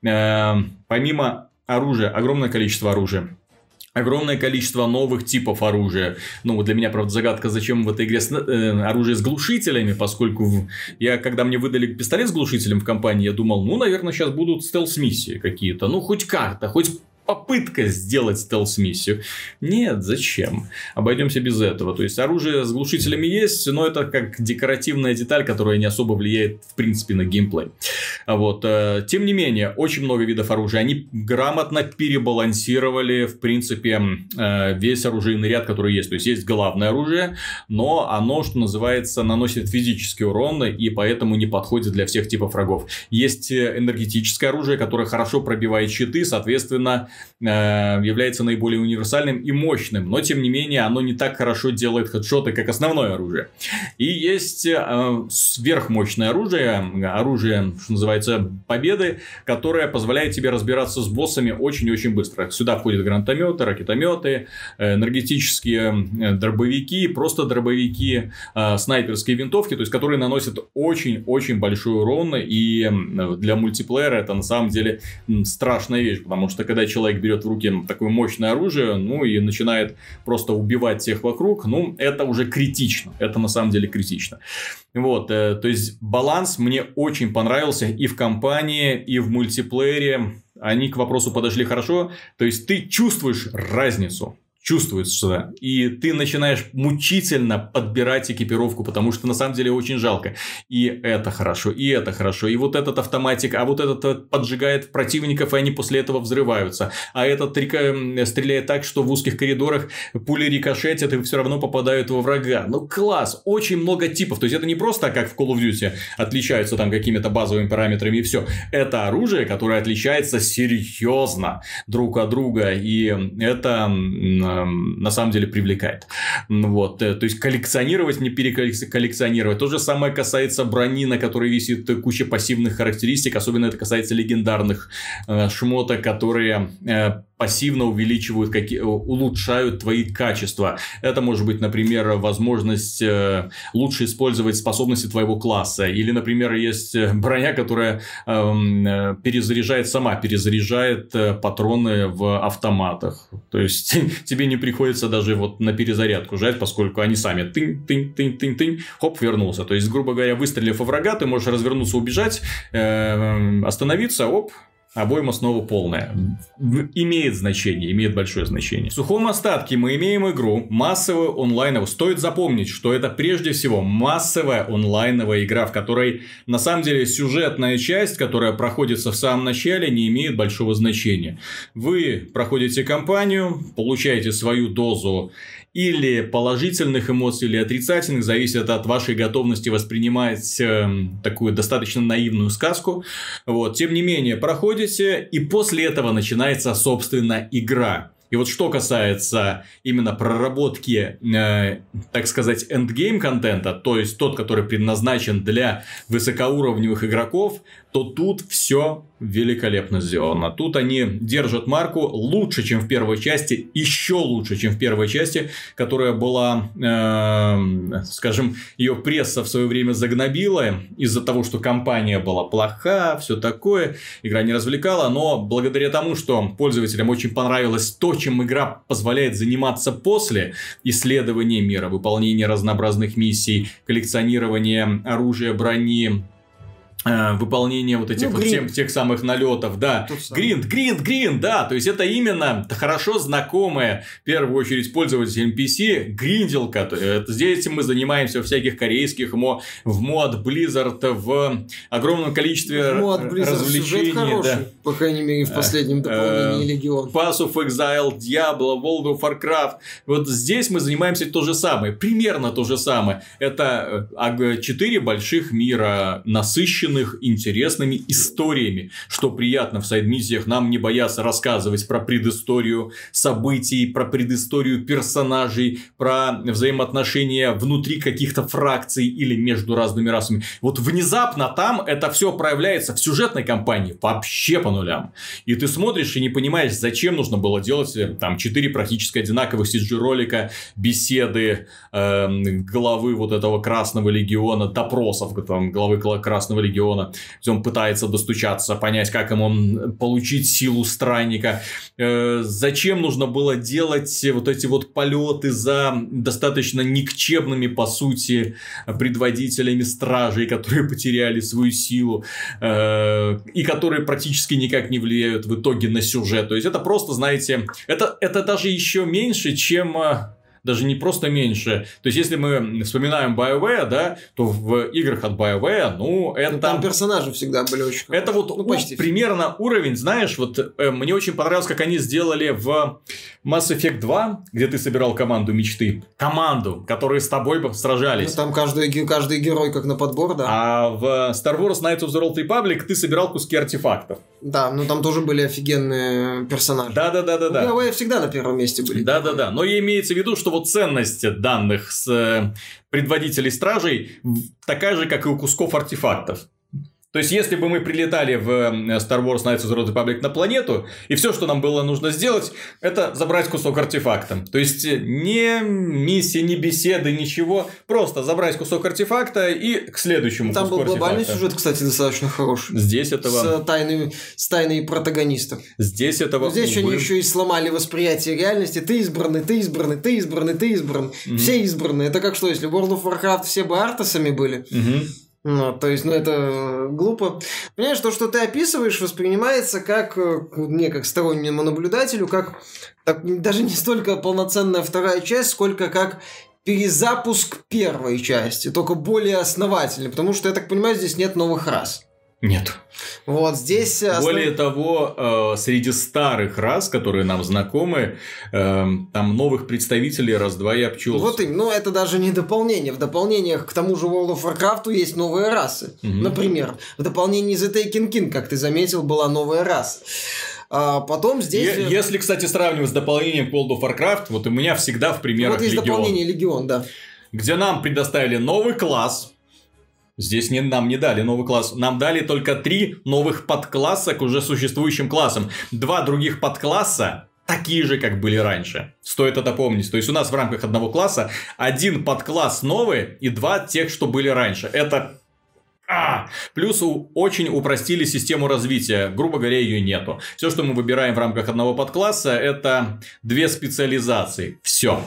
помимо оружия, огромное количество оружия. Огромное количество новых типов оружия. Ну, для меня, правда, загадка, зачем в этой игре оружие с глушителями, поскольку когда мне выдали пистолет с глушителем в компании, я думал, ну, наверное, сейчас будут стелс-миссии какие-то. Ну, хоть как-то, хоть попытка сделать стелс-миссию. Нет, зачем? Обойдемся без этого. То есть, оружие с глушителями есть, но это как декоративная деталь, которая не особо влияет, в принципе, на геймплей. Вот. Тем не менее, очень много видов оружия. Они грамотно перебалансировали, в принципе, весь оружейный ряд, который есть. То есть, есть главное оружие, но оно, что называется, наносит физический урон, и поэтому не подходит для всех типов врагов. Есть энергетическое оружие, которое хорошо пробивает щиты, соответственно, является наиболее универсальным и мощным, но тем не менее оно не так хорошо делает хедшоты, как основное оружие. И есть сверхмощное оружие, что называется, победы, которое позволяет тебе разбираться с боссами очень-очень быстро. Сюда входят гранатометы, ракетометы, энергетические дробовики, просто дробовики, снайперские винтовки, то есть которые наносят очень-очень большой урон, и для мультиплеера это на самом деле страшная вещь, потому что когда человек берет в руки такое мощное оружие, ну и начинает просто убивать всех вокруг, ну это уже критично, это на самом деле критично. Вот, то есть баланс мне очень понравился и в кампании, и в мультиплеере, они к вопросу подошли хорошо, то есть ты чувствуешь разницу. Чувствуется, и ты начинаешь мучительно подбирать экипировку, потому что на самом деле очень жалко. И это хорошо, и это хорошо, и вот этот автоматик, а вот этот поджигает противников, и они после этого взрываются. А этот стреляет так, что в узких коридорах пули рикошетят и все равно попадают во врага. Ну класс, очень много типов. То есть это не просто как в Call of Duty отличаются там какими-то базовыми параметрами и все. Это оружие, которое отличается серьезно друг от друга, и это на самом деле привлекает. Вот. То есть коллекционировать, не переколлекционировать. То же самое касается брони, на которой висит куча пассивных характеристик. Особенно это касается легендарных шмоток, которые пассивно увеличивают, улучшают твои качества. Это может быть, например, возможность лучше использовать способности твоего класса. Или, например, есть броня, которая перезаряжает патроны в автоматах. То есть тебе не приходится даже вот на перезарядку жать, поскольку они сами тынь, хоп, вернулся. То есть, грубо говоря, выстрелив во врага, ты можешь развернуться, убежать, остановиться, оп, обойма снова полная. Имеет значение, имеет большое значение. В сухом остатке мы имеем игру массовую онлайновую. Стоит запомнить, что это прежде всего массовая онлайновая игра, в которой на самом деле сюжетная часть, которая проходится в самом начале, не имеет большого значения. Вы проходите кампанию, получаете свою дозу или положительных эмоций, или отрицательных, зависит от вашей готовности воспринимать такую достаточно наивную сказку. Вот. Тем не менее, проходите, и после этого начинается, собственно, игра. И вот что касается именно проработки, так сказать, эндгейм контента, то есть тот, который предназначен для высокоуровневых игроков, то тут все великолепно сделано. Тут они держат марку лучше, чем в первой части, еще лучше, чем в первой части, которая была, скажем, ее пресса в свое время загнобила из-за того, что кампания была плоха, все такое, игра не развлекала, но благодаря тому, что пользователям очень понравилось то, чем игра позволяет заниматься после исследования мира, выполнения разнообразных миссий, коллекционирования оружия, брони, выполнение вот этих вот тех самых налетов, да. Гринд, да. То есть это именно хорошо знакомая, в первую очередь, пользователям PC гринделка. Это здесь мы занимаемся во всяких корейских в мод Blizzard, в огромном количестве развлечений. Хороший, да. По крайней мере, в последнем дополнении Легион. Path of Exile, Diablo, World of Warcraft. Вот здесь мы занимаемся то же самое. Примерно то же самое. Это 4 больших мира, насыщенных интересными историями, что приятно в сайд-миссиях. Нам не боятся рассказывать про предысторию событий, про предысторию персонажей, про взаимоотношения внутри каких-то фракций или между разными расами. Вот внезапно там это все проявляется в сюжетной кампании вообще по нулям. И ты смотришь и не понимаешь, зачем нужно было делать там 4 практически одинаковых CG-ролика, беседы главы вот этого Красного Легиона, допросов там, главы Красного Легиона, где он пытается достучаться, понять, как ему получить силу странника. Зачем нужно было делать вот эти вот полеты за достаточно никчемными, по сути, предводителями стражей, которые потеряли свою силу и которые практически никак не влияют в итоге на сюжет. То есть это просто, знаете, это даже еще меньше, чем... Даже не просто меньше. То есть, если мы вспоминаем BioWare, да, то в играх от BioWare, ну, это... Там персонажи всегда были очень хорошие. Это вот почти примерно уровень, знаешь, вот мне очень понравилось, как они сделали в Mass Effect 2, где ты собирал команду мечты. Команду, которые с тобой сражались. Ну, там каждый герой как на подбор, да. А в Star Wars Knights of the Old Republic ты собирал куски артефактов. Да, ну там тоже были офигенные персонажи. Да. BioWare всегда на первом месте были. Да. Но имеется в виду, что вот ценность данных с предводителей стражей такая же, как и у кусков артефактов. То есть, если бы мы прилетали в Star Wars Knights of the Old Republic на планету, и все, что нам было нужно сделать, это забрать кусок артефакта. То есть, не миссии, не беседы, ничего. Просто забрать кусок артефакта и к следующему куску артефакта. Там был глобальный сюжет, кстати, достаточно хороший. Здесь этого... С тайной протагониста. Здесь этого... Здесь они еще и сломали восприятие реальности. Ты избранный. Все избранные. Это как что, если в World of Warcraft все бы Артасами были... Ну, то есть, это глупо. Понимаешь, то, что ты описываешь, воспринимается как мне, как стороннему наблюдателю, как даже не столько полноценная вторая часть, сколько как перезапуск первой части, только более основательный, потому что, я так понимаю, здесь нет новых рас. Нет. Вот здесь... Более того, среди старых рас, которые нам знакомы, там новых представителей раз-два и обчелся. Вот именно. Ну, это даже не дополнение. В дополнениях к тому же World of Warcraft есть новые расы. Например, в дополнении The Taken King, как ты заметил, была новая раса. А потом здесь... Если, кстати, сравнивать с дополнением World of Warcraft, вот у меня всегда в примерах Легион. Вот есть Легион. дополнение Легион, да. Где нам предоставили новый класс. Здесь нам не дали новый класс. Нам дали только 3 новых подкласса к уже существующим классам. 2 других подкласса такие же, как были раньше. Стоит это помнить. То есть, у нас в рамках одного класса 1 подкласс новый и 2 тех, что были раньше. Это... Плюс очень упростили систему развития. Грубо говоря, ее нету. Все, что мы выбираем в рамках одного подкласса, это 2 специализации. Все.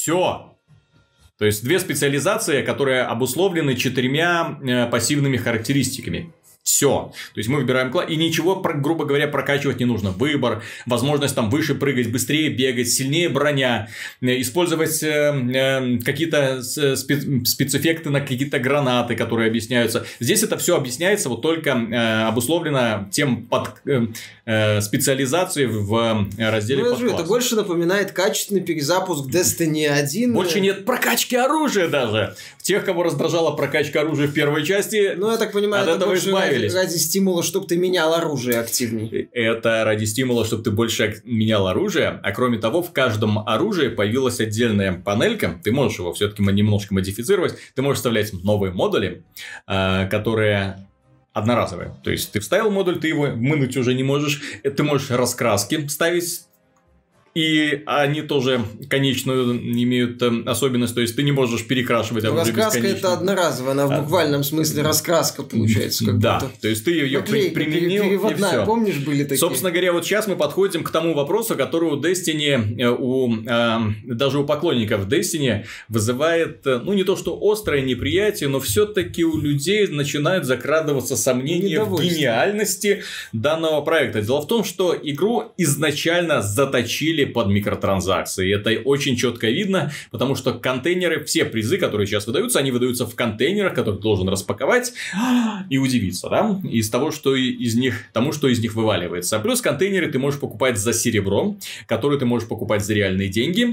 То есть, 2 специализации, которые обусловлены 4 пассивными характеристиками. Все. То есть, мы выбираем класс, и ничего, грубо говоря, прокачивать не нужно. Выбор, возможность там выше прыгать, быстрее бегать, сильнее броня, использовать какие-то спецэффекты на какие-то гранаты, которые объясняются. Здесь это все объясняется вот только обусловлено тем специализацией в разделе подкласс. Это больше напоминает качественный перезапуск Destiny 1. Больше нет прокачки оружия даже. Тех, кого раздражала прокачка оружия в первой части, ну, я так понимаю, от этого избавились. Ради стимула, чтобы ты менял оружие активнее. Это ради стимула, чтобы ты больше менял оружие. А кроме того, в каждом оружии появилась отдельная панелька. Ты можешь его все-таки немножко модифицировать. Ты можешь вставлять новые модули, которые... одноразовые. То есть, ты вставил модуль, ты его мынуть уже не можешь. Ты можешь раскраски ставить И они тоже конечную имеют особенность, то есть ты не можешь перекрашивать оружие раскраска бесконечно. Это одноразовая, она в буквальном смысле раскраска получается. Как да, будто. то есть ты ее применил переводная, и все. помнишь, были такие? Собственно говоря, вот сейчас мы подходим к тому вопросу, который у Destiny, даже у поклонников Destiny вызывает, ну не то что острое неприятие, но все-таки у людей начинают закрадываться сомнения в гениальности данного проекта. Дело в том, что игру изначально заточили под микротранзакции. Это очень четко видно, потому что контейнеры, все призы, которые сейчас выдаются, они выдаются в контейнерах, которые ты должен распаковать и удивиться, да, из того, что из них вываливается. А плюс контейнеры ты можешь покупать за серебро, которые ты можешь покупать за реальные деньги.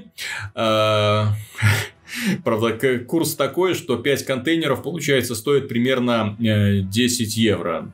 Правда, курс такой, что 5 контейнеров, получается, стоит примерно 10 евро.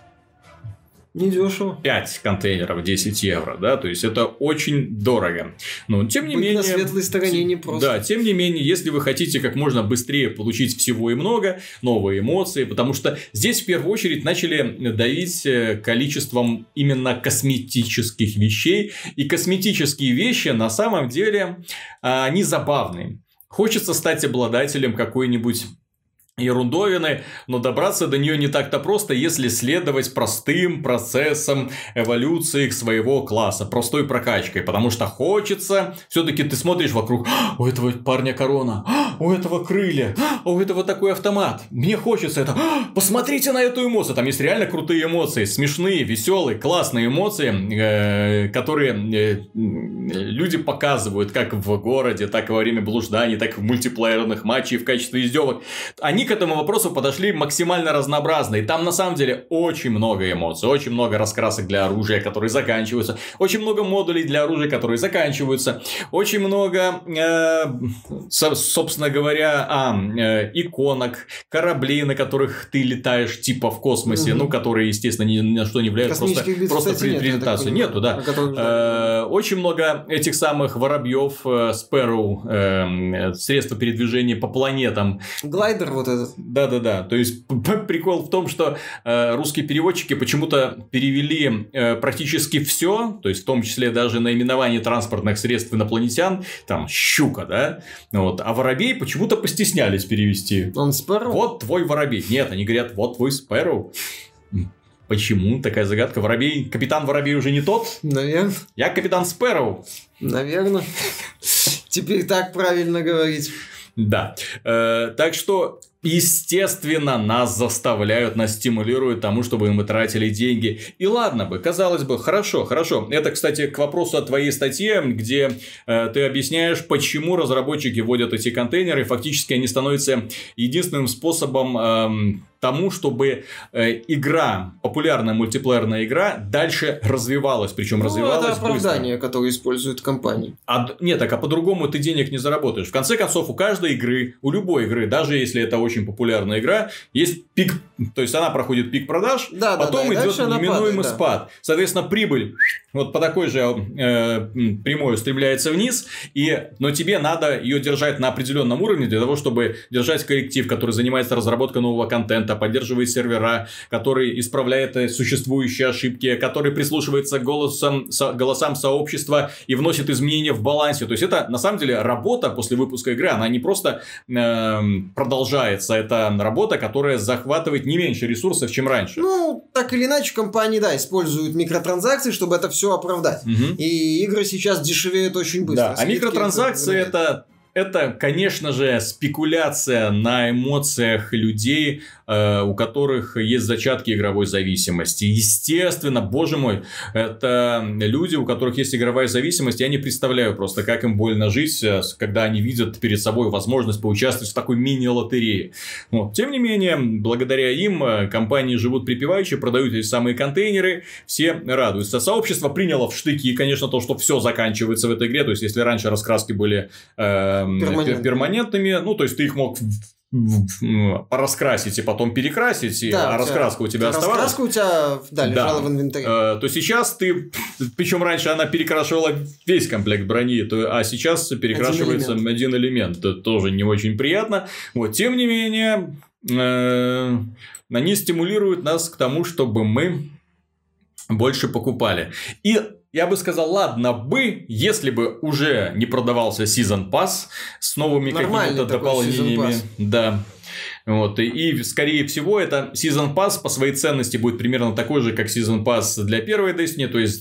Недешево. 5 контейнеров 10 евро, да, то есть это очень дорого. Но тем не менее... на светлой стороне не просто. Да, тем не менее, если вы хотите как можно быстрее получить всего и много, новые эмоции, потому что здесь в первую очередь начали давить количеством именно косметических вещей, и косметические вещи на самом деле они забавные. Хочется стать обладателем какой-нибудь ерундовины, но добраться до нее не так-то просто, если следовать простым процессам эволюции своего класса, простой прокачкой, потому что хочется, все-таки ты смотришь вокруг, у этого парня корона, у этого крылья, у этого такой автомат, мне хочется это, посмотрите на эту эмоцию, там есть реально крутые эмоции, смешные, веселые, классные эмоции, которые люди показывают как в городе, так и во время блужданий, так и в мультиплеерных матчах в качестве издевок. Они к этому вопросу подошли максимально разнообразно. И там на самом деле очень много эмоций. Очень много раскрасок для оружия, которые заканчиваются. Очень много модулей для оружия, которые заканчиваются. Очень много, собственно говоря, иконок, кораблей, на которых ты летаешь типа в космосе. Ну, которые, естественно, ни на что не влияют. Просто презентацию. Нету, да. Очень много этих самых воробьев, Sparrow, средства передвижения по планетам. Глайдер вот этот. Да-да-да. То есть прикол в том, что русские переводчики почему-то перевели практически все, то есть в том числе даже наименование транспортных средств инопланетян, там щука, да, вот, а воробей почему-то постеснялись перевести. Он Sparrow? Вот твой воробей. Нет, они говорят, вот твой Sparrow. Почему? Такая загадка. Воробей, капитан Воробей уже не тот? Наверное. Я капитан Спэроу. Наверное. Теперь так правильно говорить. Да. Так что, естественно, нас заставляют, нас стимулируют тому, чтобы мы тратили деньги. И ладно бы, казалось бы, хорошо. Это, кстати, к вопросу о твоей статье, где ты объясняешь, почему разработчики вводят эти контейнеры. Фактически они становятся единственным способом тому, чтобы игра, популярная мультиплеерная игра, дальше развивалась. Причем развивалась это оправдание, быстро. которое используют компании. Нет, так по-другому ты денег не заработаешь. В конце концов, у каждой игры, у любой игры, даже если это очень популярная игра, есть пик, то есть она проходит пик продаж, потом идет неминуемый спад. Соответственно, прибыль вот по такой же прямой устремляется вниз, но тебе надо ее держать на определенном уровне для того, чтобы держать коллектив, который занимается разработкой нового контента, поддерживает сервера, который исправляет существующие ошибки, который прислушивается к голосам сообщества и вносит изменения в балансе. То есть это на самом деле работа после выпуска игры, она не просто продолжается, это работа, которая захватывает не меньше ресурсов, чем раньше. Ну, так или иначе, компании, используют микротранзакции, чтобы это все оправдать. Угу. И игры сейчас дешевеют очень быстро. Да, а микротранзакции это, конечно же, спекуляция на эмоциях людей, у которых есть зачатки игровой зависимости. Естественно, боже мой, это люди, у которых есть игровая зависимость. Я не представляю просто, как им больно жить, когда они видят перед собой возможность поучаствовать в такой мини-лотерее. Вот. Тем не менее, благодаря им компании живут припеваючи, продают эти самые контейнеры, все радуются. Сообщество приняло в штыки, конечно, то, что все заканчивается в этой игре. То есть, если раньше раскраски были перманентными, ну, то есть, ты их мог пораскрасить и потом перекрасить, а раскраска у тебя оставалась. Раскраска у тебя лежала в инвентаре. То сейчас ты, причем раньше она перекрашивала весь комплект брони, а сейчас перекрашивается один элемент. Это тоже не очень приятно. Вот, тем не менее, они стимулируют нас к тому, чтобы мы больше покупали. И я бы сказал, ладно бы, если бы уже не продавался Season Pass с новыми какими-то дополнениями. Да. Вот, и, скорее всего, это Season Pass по своей ценности будет примерно такой же, как Season Pass для первой Destiny, то есть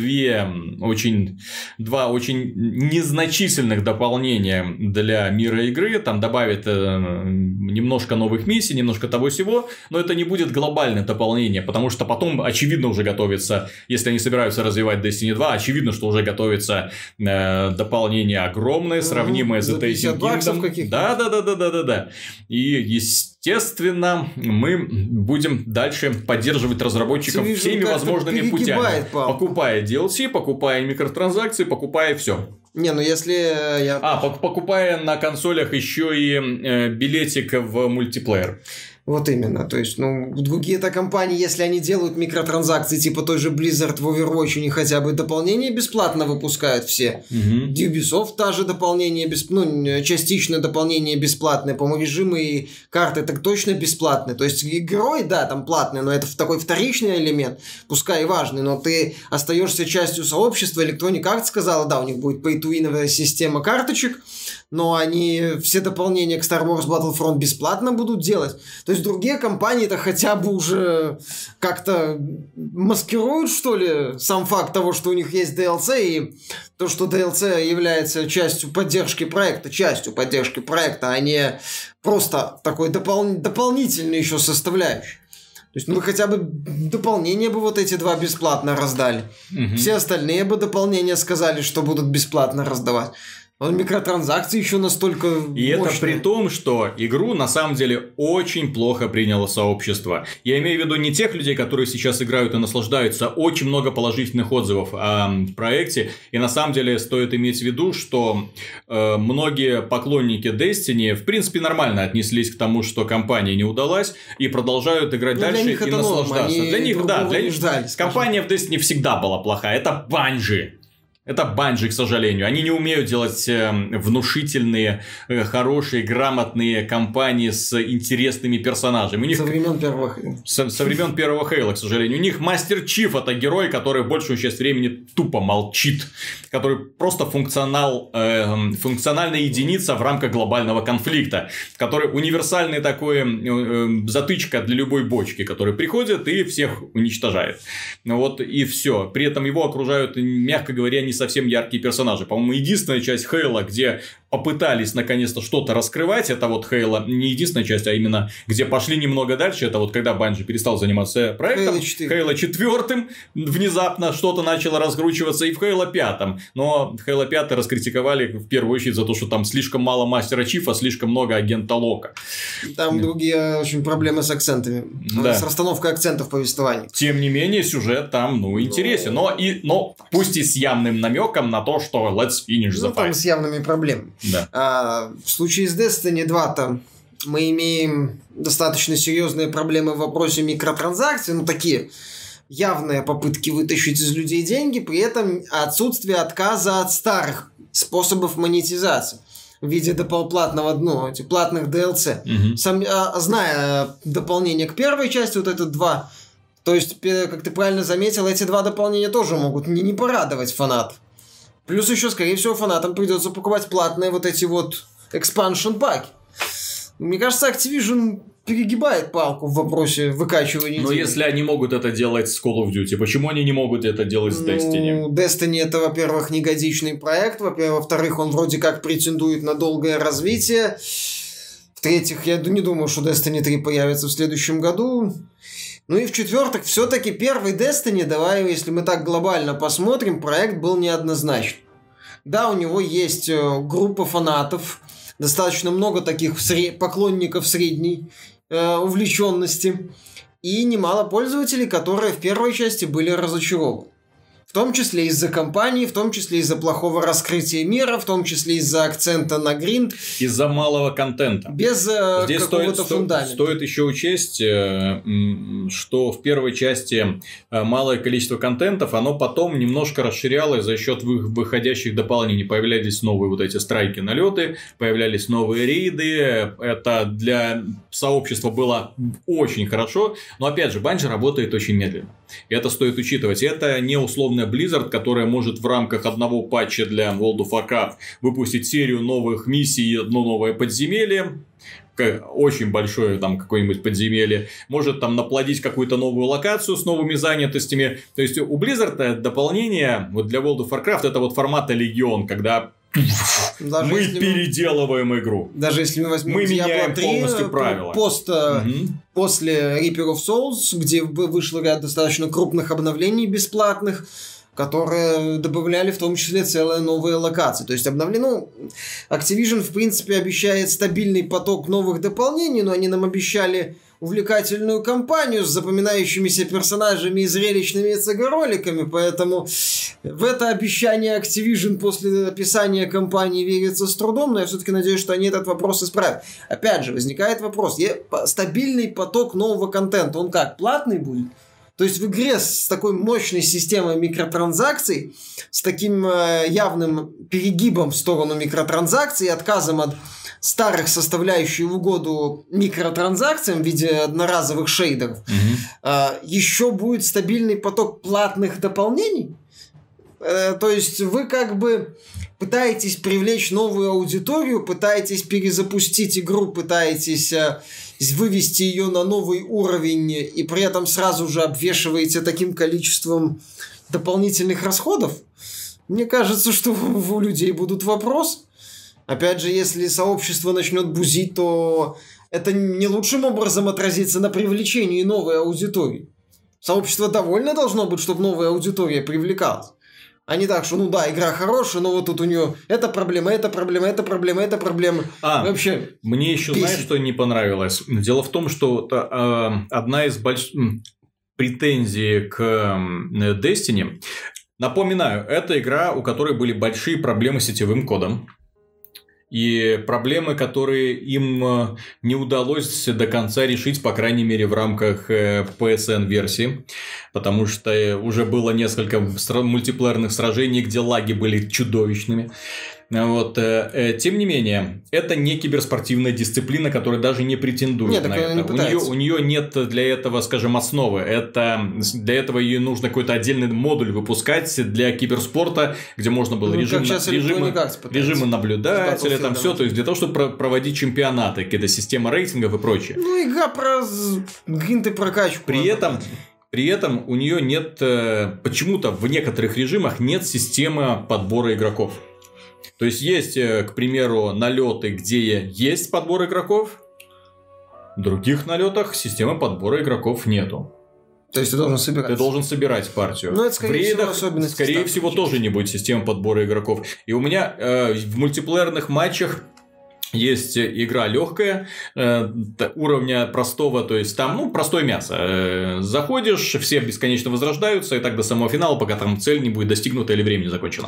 два очень незначительных дополнения для мира игры, там добавят немножко новых миссий, немножко того всего, но это не будет глобальное дополнение, потому что потом, очевидно, уже готовится, если они собираются развивать Destiny 2, очевидно, что уже готовится дополнение огромное, сравнимое с Eternal Kingdom. Да. И, естественно, мы будем дальше поддерживать разработчиков всеми возможными путями. Покупая DLC, покупая микротранзакции, покупая все. Не, ну если покупая на консолях еще и билетик в мультиплеер. Вот именно, то есть, другие-то компании, если они делают микротранзакции, типа той же Blizzard в Overwatch, они хотя бы дополнения бесплатно выпускают все. Ubisoft тоже дополнение, частичное дополнение бесплатное, по-моему, режимы и карты так точно бесплатные. То есть, герой, да, там платный, но это такой вторичный элемент, пускай и важный, но ты остаешься частью сообщества. Electronic Arts сказала, да, у них будет pay-to-win система карточек, но они все дополнения к Star Wars Battlefront бесплатно будут делать. То есть другие компании-то хотя бы уже как-то маскируют, что ли, сам факт того, что у них есть DLC, и то, что DLC является частью поддержки проекта, а не просто такой дополнительный еще составляющий. То есть, хотя бы дополнения бы вот эти два бесплатно раздали. Все остальные бы дополнения сказали, что будут бесплатно раздавать. Микротранзакции еще настолько И мощные. Это при том, что игру на самом деле очень плохо приняло сообщество. Я имею в виду не тех людей, которые сейчас играют и наслаждаются. Очень много положительных отзывов о проекте. И на самом деле стоит иметь в виду, что многие поклонники Destiny в принципе нормально отнеслись к тому, что кампания не удалась, и продолжают играть дальше и наслаждаться. Для них компания в Destiny всегда была плохая. Это Bungie. Это Bungie, к сожалению. Они не умеют делать внушительные, хорошие, грамотные кампании с интересными персонажами. Со времен первого Хейла. Со времен первого Хейла, к сожалению. У них Мастер Чиф — это герой, который большую часть времени тупо молчит. Который просто функциональная единица в рамках глобального конфликта. Который универсальный такой затычка для любой бочки, который приходит и всех уничтожает. Вот и все. При этом его окружают, мягко говоря, не совсем яркие персонажи. По-моему, единственная часть Хейла, где попытались наконец-то что-то раскрывать, это вот Хейла, не единственная часть, а именно где пошли немного дальше, это вот когда Bungie перестал заниматься проектом, Хейла 4 внезапно что-то начало раскручиваться, и в Хейла 5. Но Хейла 5 раскритиковали в первую очередь за то, что там слишком мало Мастера Чифа, слишком много Агента Лока. Там другие очень проблемы с акцентами, с расстановкой акцентов в повествовании. Тем не менее, сюжет там, интересен, но пусть и с явным намеком на то, что let's finish the fight. Там с явными проблемами. Да. В случае с Destiny 2 мы имеем достаточно серьезные проблемы в вопросе микротранзакций, такие явные попытки вытащить из людей деньги, при этом отсутствие отказа от старых способов монетизации в виде платных DLC. Зная дополнение к первой части, вот это 2, то есть, как ты правильно заметил, эти 2 дополнения тоже могут не порадовать фанатов. Плюс еще, скорее всего, фанатам придется покупать платные вот эти вот expansion паки. Мне кажется, Activision перегибает палку в вопросе выкачивания денег. Но если они могут это делать с Call of Duty, почему они не могут это делать с Destiny? Destiny — это, во-первых, негодичный проект. Во-вторых, он вроде как претендует на долгое развитие. В-третьих, я не думаю, что Destiny 3 появится в следующем году. И в-четвертых, все-таки первый Destiny, давай, если мы так глобально посмотрим, проект был неоднозначен. Да, у него есть группа фанатов, достаточно много таких поклонников средней увлеченности, и немало пользователей, которые в первой части были разочарованы. В том числе из-за кампании, в том числе из-за плохого раскрытия мира, в том числе из-за акцента на гринд. Из-за малого контента. Без какого-то фундамента. Стоит еще учесть, что в первой части малое количество контентов, оно потом немножко расширялось за счет выходящих дополнений. Появлялись новые вот эти страйки-налеты, появлялись новые рейды. Это для сообщества было очень хорошо. Но опять же, Bungie работает очень медленно. И это стоит учитывать. Это не условная Blizzard, которая может в рамках одного патча для World of Warcraft выпустить серию новых миссий и одно новое подземелье. Очень большое там какое-нибудь подземелье, может там наплодить какую-то новую локацию с новыми занятостями. То есть у Blizzard дополнение вот для World of Warcraft это вот формата Легион, когда даже мы переделываем игру. Даже если мы возьмем мы меняем полностью правила. После Reaper of Souls, где вышло ряд достаточно крупных обновлений бесплатных, которые добавляли в том числе целые новые локации. То есть Activision в принципе обещает стабильный поток новых дополнений, но они нам обещали увлекательную кампанию с запоминающимися персонажами и зрелищными CG-роликами, поэтому в это обещание Activision после описания кампании верится с трудом, но я все-таки надеюсь, что они этот вопрос исправят. Опять же, возникает вопрос, стабильный поток нового контента, он как, платный будет? То есть в игре с такой мощной системой микротранзакций, с таким явным перегибом в сторону микротранзакций, отказом от старых составляющих в угоду микротранзакциям в виде одноразовых шейдеров, еще будет стабильный поток платных дополнений. То есть вы как бы пытаетесь привлечь новую аудиторию, пытаетесь перезапустить игру, пытаетесь вывести ее на новый уровень и при этом сразу же обвешиваете таким количеством дополнительных расходов. Мне кажется, что у людей будут вопросы. Опять же, если сообщество начнет бузить, то это не лучшим образом отразится на привлечении новой аудитории. Сообщество довольно должно быть, чтобы новая аудитория привлекалась. А не так, что, игра хорошая, но вот тут у нее эта проблема, эта проблема, эта проблема, эта проблема. Вообще, мне еще, знаешь, что не понравилось? Дело в том, что одна из претензий к Destiny, напоминаю, это игра, у которой были большие проблемы с сетевым кодом. И проблемы, которые им не удалось до конца решить, по крайней мере, в рамках PSN-версии. Потому что уже было несколько мультиплеерных сражений, где лаги были чудовищными. Тем не менее, это не киберспортивная дисциплина, которая даже не претендует на это. У нее нет для этого, скажем, основы. Для этого ей нужно какой-то отдельный модуль выпускать для киберспорта, где можно было режимы наблюдателя, там все, то есть для того, чтобы проводить чемпионаты, какие-то системы рейтингов и прочее. Игра про гринт и прокачку. При этом у нее нет, почему-то в некоторых режимах нет системы подбора игроков. То есть, к примеру, налеты, где есть подбор игроков, в других налетах системы подбора игроков нету. То есть, ты должен собирать. Ты должен собирать партию. Но это, скорее в рейдах, скорее всего, тоже не будет системы подбора игроков. И у меня в мультиплеерных матчах есть игра легкая, уровня простого, то есть там, простое мясо. Заходишь, все бесконечно возрождаются, и так до самого финала, пока там цель не будет достигнута или время не закончено.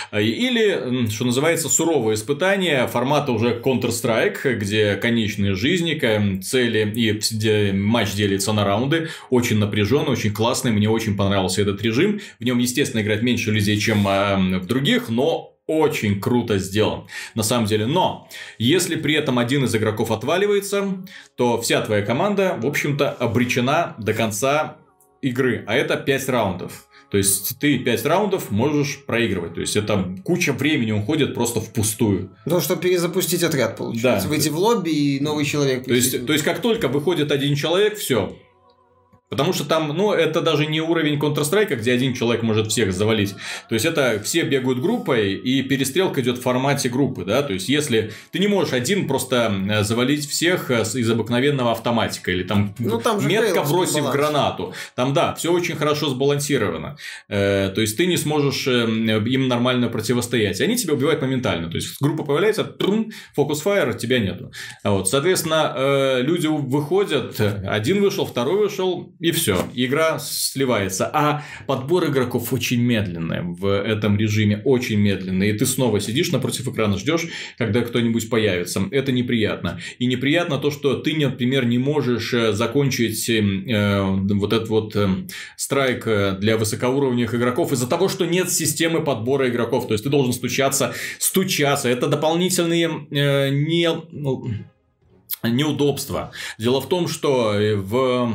Или, что называется, суровое испытание формата уже Counter-Strike, где конечные жизни, цели и матч делится на раунды. Очень напряженный, очень классный, мне очень понравился этот режим. В нем, естественно, играет меньше людей, чем в других, но очень круто сделан, на самом деле. Но, если при этом один из игроков отваливается, то вся твоя команда, в общем-то, обречена до конца игры. А это 5 раундов. То есть, ты 5 раундов можешь проигрывать. То есть, это куча времени уходит просто впустую. Ну, чтобы перезапустить отряд, получается. Да. Выйти в лобби и новый человек. То есть, как только выходит один человек, все. Потому что там, это даже не уровень Counter-Strike, где один человек может всех завалить. То есть, это все бегают группой, и перестрелка идет в формате группы, да. То есть, если ты не можешь один просто завалить всех из обыкновенного автоматика, или там метко бросив гранату. Там, да, все очень хорошо сбалансировано. То есть, ты не сможешь им нормально противостоять. Они тебя убивают моментально. То есть, группа появляется, фокус-файр, тебя нету. Соответственно, люди выходят, один вышел, второй вышел. И все, игра сливается. А подбор игроков очень медленный в этом режиме, очень медленный. И ты снова сидишь напротив экрана, ждешь, когда кто-нибудь появится. Это неприятно. И неприятно то, что ты, например, не можешь закончить вот этот страйк для высокоуровневых игроков из-за того, что нет системы подбора игроков. То есть, ты должен стучаться. Это дополнительные неудобства. Дело в том, что в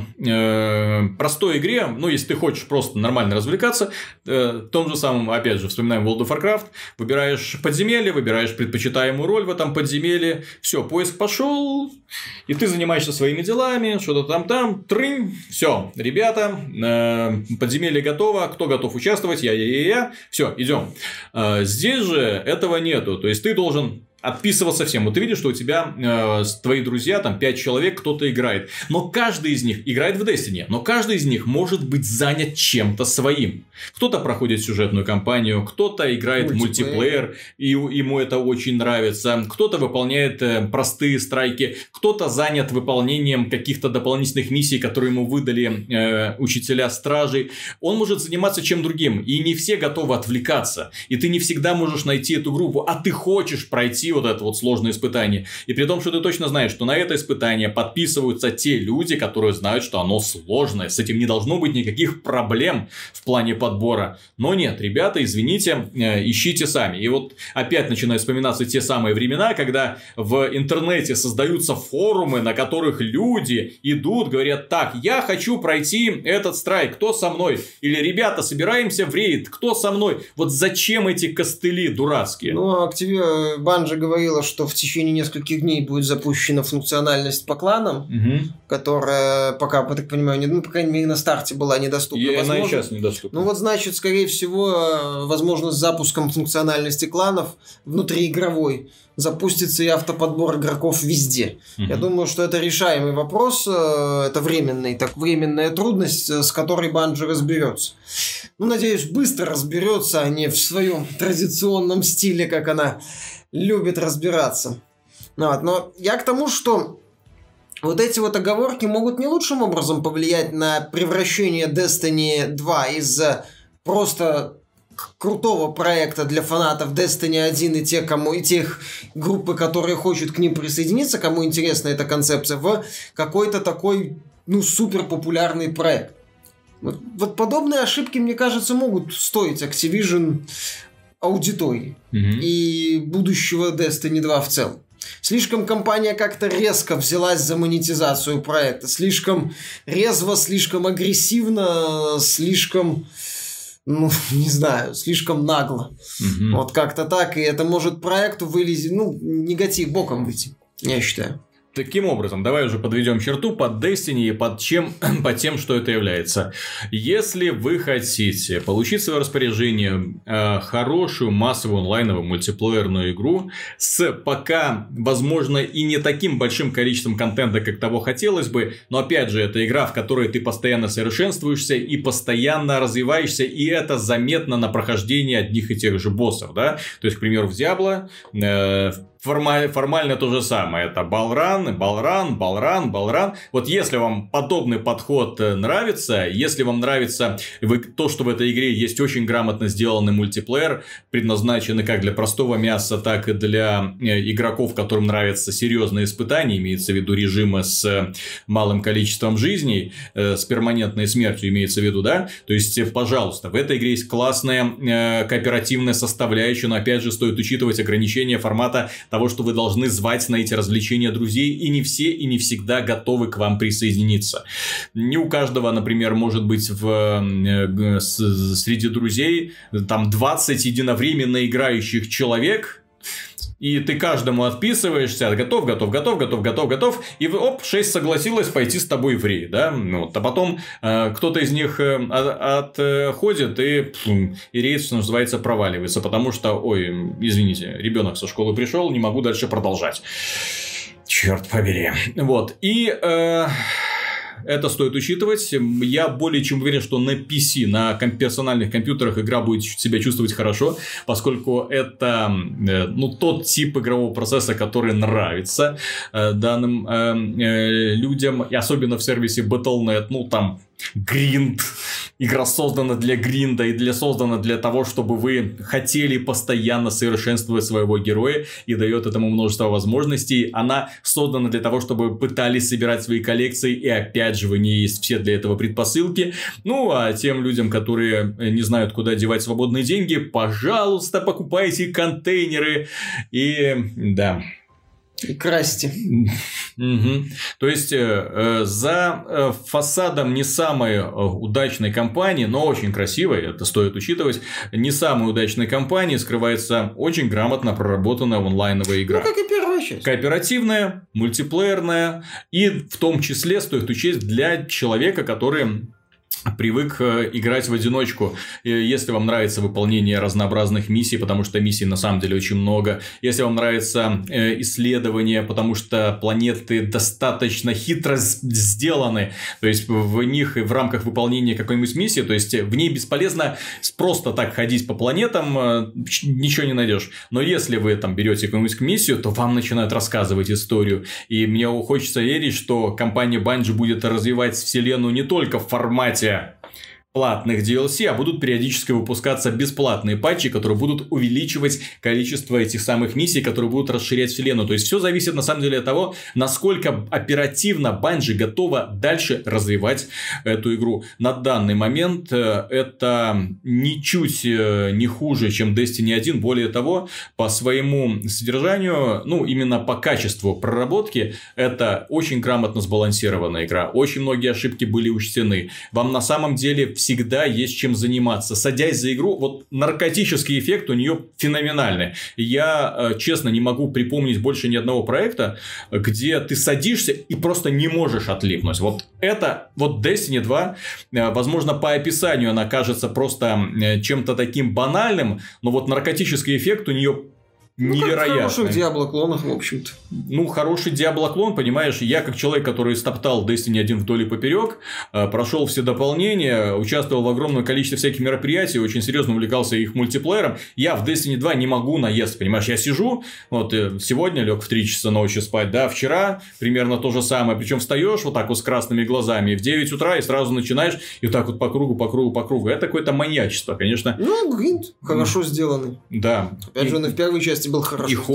простой игре, ну, если ты хочешь просто нормально развлекаться, в том же самом, опять же, вспоминаем World of Warcraft, выбираешь подземелье, выбираешь предпочитаемую роль в этом подземелье, все, поиск пошел, и ты занимаешься своими делами, что-то там, трынь, все, ребята, подземелье готово, кто готов участвовать, я, все, идем. Здесь же этого нету, то есть ты должен отписываться всем. Вот ты видишь, что у тебя твои друзья, там 5 человек, кто-то играет. Но каждый из них играет в Destiny. Но каждый из них может быть занят чем-то своим. Кто-то проходит сюжетную кампанию, кто-то играет в мультиплеер, и ему это очень нравится. Кто-то выполняет простые страйки. Кто-то занят выполнением каких-то дополнительных миссий, которые ему выдали учителя стражей. Он может заниматься чем другим. И не все готовы отвлекаться. И ты не всегда можешь найти эту группу. А ты хочешь пройти вот это вот сложное испытание. И при том, что ты точно знаешь, что на это испытание подписываются те люди, которые знают, что оно сложное. С этим не должно быть никаких проблем в плане подбора. Но нет, ребята, извините, ищите сами. И вот опять начинают вспоминаться те самые времена, когда в интернете создаются форумы, на которых люди идут, говорят: так, я хочу пройти этот страйк, кто со мной? Или: ребята, собираемся в рейд, кто со мной? Вот зачем эти костыли дурацкие? Ну, Bungie говорила, что в течение нескольких дней будет запущена функциональность по кланам, которая пока, я так понимаю, по крайней мере, на старте была недоступна. И она и сейчас недоступна. Ну вот, значит, скорее всего, возможность с запуском функциональности кланов внутриигровой запустится и автоподбор игроков везде. Я думаю, что это решаемый вопрос, это временная трудность, с которой Bungie разберется. Ну, надеюсь, быстро разберется, а не в своем традиционном стиле, как она любит разбираться. Но я к тому, что вот эти вот оговорки могут не лучшим образом повлиять на превращение Destiny 2 из просто крутого проекта для фанатов Destiny 1 и тех группы, которые хотят к ним присоединиться, кому интересна эта концепция, в какой-то такой, супер популярный проект. Вот подобные ошибки, мне кажется, могут стоить Activision аудитории и будущего Destiny 2 в целом. Слишком компания как-то резко взялась за монетизацию проекта. Слишком резво, слишком агрессивно, слишком, слишком нагло. Вот как-то так. И это может проекту вылезти, негатив боком выйти, я считаю. Таким образом, давай уже подведем черту под Destiny и под тем, что это является. Если вы хотите получить в свое распоряжение хорошую массовую онлайновую мультиплеерную игру с пока, возможно, и не таким большим количеством контента, как того хотелось бы, но опять же, это игра, в которой ты постоянно совершенствуешься и постоянно развиваешься, и это заметно на прохождении одних и тех же боссов, да? То есть, к примеру, в Diablo формально то же самое. Это балран. Вот если вам подобный подход нравится, если вам нравится то, что в этой игре есть очень грамотно сделанный мультиплеер, предназначенный как для простого мяса, так и для игроков, которым нравятся серьезные испытания, имеется в виду режимы с малым количеством жизней, с перманентной смертью, имеется в виду, да? То есть, пожалуйста, в этой игре есть классная кооперативная составляющая, но опять же стоит учитывать ограничения формата того, что вы должны звать на эти развлечения друзей, и не все и не всегда готовы к вам присоединиться. Не у каждого, например, может быть среди друзей там 20 единовременно играющих человек, и ты каждому отписываешься, готов, и 6 согласилось пойти с тобой в рейд, да, а потом кто-то из них отходит, и рейд, что называется, проваливается, потому что, извините, ребенок со школы пришел, не могу дальше продолжать. Черт побери. Вот, и это стоит учитывать. Я более чем уверен, что на PC, на персональных компьютерах игра будет себя чувствовать хорошо, поскольку это тот тип игрового процесса, который нравится данным людям, и особенно в сервисе Battle.net, там гринд. Игра создана для гринда и создана для того, чтобы вы хотели постоянно совершенствовать своего героя, и дает этому множество возможностей. Она создана для того, чтобы вы пытались собирать свои коллекции, и опять же, в ней есть все для этого предпосылки. А тем людям, которые не знают, куда девать свободные деньги, пожалуйста, покупайте контейнеры. И да, И красьте. То есть, за фасадом не самой удачной компании, но очень красивой, это стоит учитывать, не самой удачной компании скрывается очень грамотно проработанная онлайновая игра. Ну, как и первая часть. Кооперативная, мультиплеерная, и в том числе стоит учесть для человека, который привык играть в одиночку. Если вам нравится выполнение разнообразных миссий, потому что миссий на самом деле очень много. Если вам нравится исследование, потому что планеты достаточно хитро сделаны. То есть, в них в рамках выполнения какой-нибудь миссии, то есть, в ней бесполезно просто так ходить по планетам, ничего не найдешь. Но если вы там берете какую-нибудь миссию, то вам начинают рассказывать историю. И мне хочется верить, что компания Bungie будет развивать вселенную не только в формате платных DLC, а будут периодически выпускаться бесплатные патчи, которые будут увеличивать количество этих самых миссий, которые будут расширять вселенную. То есть, все зависит на самом деле от того, насколько оперативно Bungie готова дальше развивать эту игру. На данный момент это ничуть не хуже, чем Destiny 1. Более того, по своему содержанию, ну, именно по качеству проработки, это очень грамотно сбалансированная игра. Очень многие ошибки были учтены. Вам на самом деле всегда есть чем заниматься. Садясь за игру, вот наркотический эффект у нее феноменальный. Я, честно, не могу припомнить больше ни одного проекта, где ты садишься и просто не можешь отлипнуть. Вот это, вот Destiny 2, возможно, по описанию она кажется просто чем-то таким банальным, но вот наркотический эффект у нее невероятно. Как в хороших Диабло-клонах, в общем-то. Ну, хороший Диабло-клон, понимаешь, я как человек, который стоптал Destiny 1 вдоль и поперек, прошел все дополнения, участвовал в огромном количестве всяких мероприятий, очень серьезно увлекался их мультиплеером, я в Destiny 2 не могу наесться, понимаешь, я сижу, вот сегодня лег в 3 часа ночи спать, да, вчера примерно то же самое, причем встаешь вот так вот с красными глазами в 9 утра и сразу начинаешь и вот так вот по кругу, это какое-то маньячество, конечно. Ну, гринд хорошо сделанный. Да. Опять же, он и в первой части был хорошо. И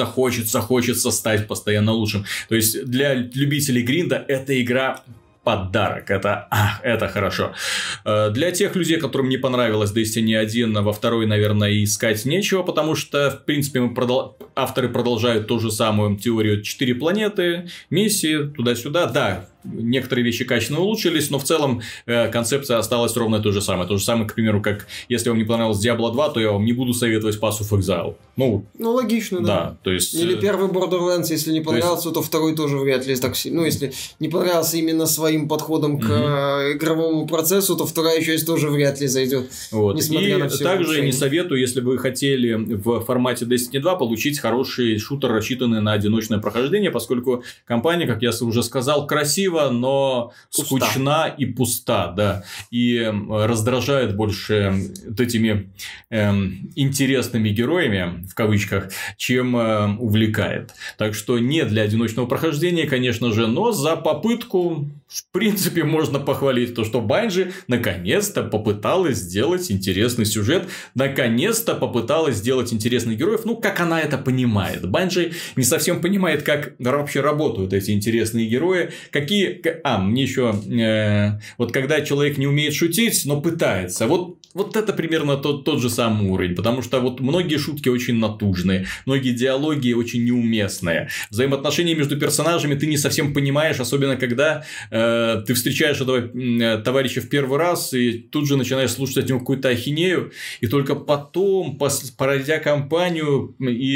хочется стать постоянно лучшим. То есть, для любителей гринда эта игра подарок. Это хорошо. Для тех людей, которым не понравилась Destiny 1, во второй, наверное, искать нечего, потому что, в принципе, авторы продолжают ту же самую теорию. 4 планеты, миссии, туда-сюда. Да, некоторые вещи качественно улучшились, но в целом концепция осталась ровно той же самой. То же самое, к примеру, как если вам не понравилось Diablo 2, то я вам не буду советовать Path of Exile. Ну, логично, да. Да, то есть... Или первый Borderlands, если не понравился, то второй тоже вряд ли так сильно. Ну, если не понравился именно своим подходом к игровому процессу, то вторая часть тоже вряд ли зайдет. Вот. Несмотря на все также улучшения. не советую, если вы хотели в формате Destiny 2 получить хороший шутер, рассчитанный на одиночное прохождение, поскольку компания, как я уже сказал, красиво, но скучна и пуста, да, и раздражает больше вот этими интересными героями, в кавычках, чем увлекает. Так что не для одиночного прохождения, конечно же, но за попытку, в принципе, можно похвалить то, что Bungie наконец-то попыталась сделать интересный сюжет, наконец-то попыталась сделать интересных героев, ну, как она это понимает. Bungie не совсем понимает, как вообще работают эти интересные герои, мне еще... вот когда человек не умеет шутить, но пытается. Вот это примерно тот же самый уровень. Потому что вот многие шутки очень натужные. Многие диалоги очень неуместные. Взаимоотношения между персонажами ты не совсем понимаешь. Особенно когда ты встречаешь этого товарища в первый раз. И тут же начинаешь слушать от него какую-то ахинею. И только потом, пройдя кампанию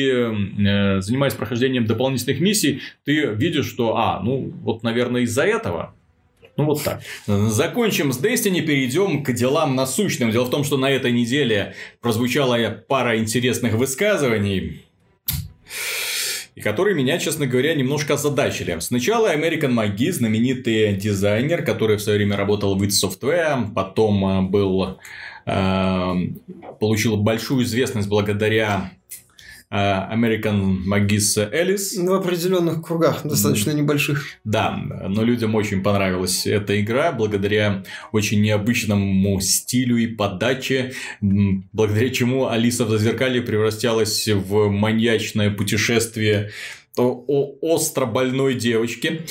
и занимаясь прохождением дополнительных миссий, ты видишь, что вот, наверное, из-за этого. Ну, вот так. Закончим с Destiny, перейдем к делам насущным. Дело в том, что на этой неделе прозвучала пара интересных высказываний, и которые меня, честно говоря, немножко озадачили. Сначала American McGee, знаменитый дизайнер, который в свое время работал в id Software, потом получил большую известность благодаря American McGee's Alice. В определенных кругах, достаточно небольших. Да, но людям очень понравилась эта игра благодаря очень необычному стилю и подаче, благодаря чему Алиса в Зазеркалье превращалась в маньячное путешествие остро больной девочки.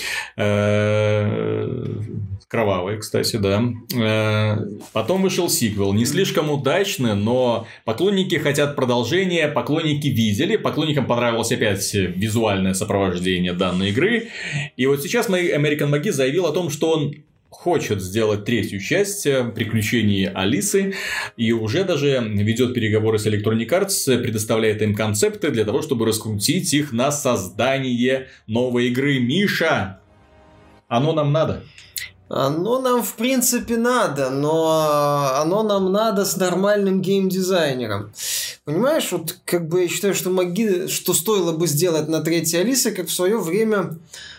Кровавой, кстати, да. Потом вышел сиквел. Не слишком удачный, но поклонники хотят продолжения. Поклонники видели. Поклонникам понравилось опять визуальное сопровождение данной игры. И вот сейчас American McGee заявил о том, что он хочет сделать третью часть приключений Алисы и уже даже ведет переговоры с Electronic Arts, предоставляет им концепты для того, чтобы раскрутить их на создание новой игры. Миша, оно нам надо? Оно нам, в принципе, надо, но оно нам надо с нормальным геймдизайнером. Понимаешь, вот как бы я считаю, что стоило бы сделать на третьей Алисе, как в свое время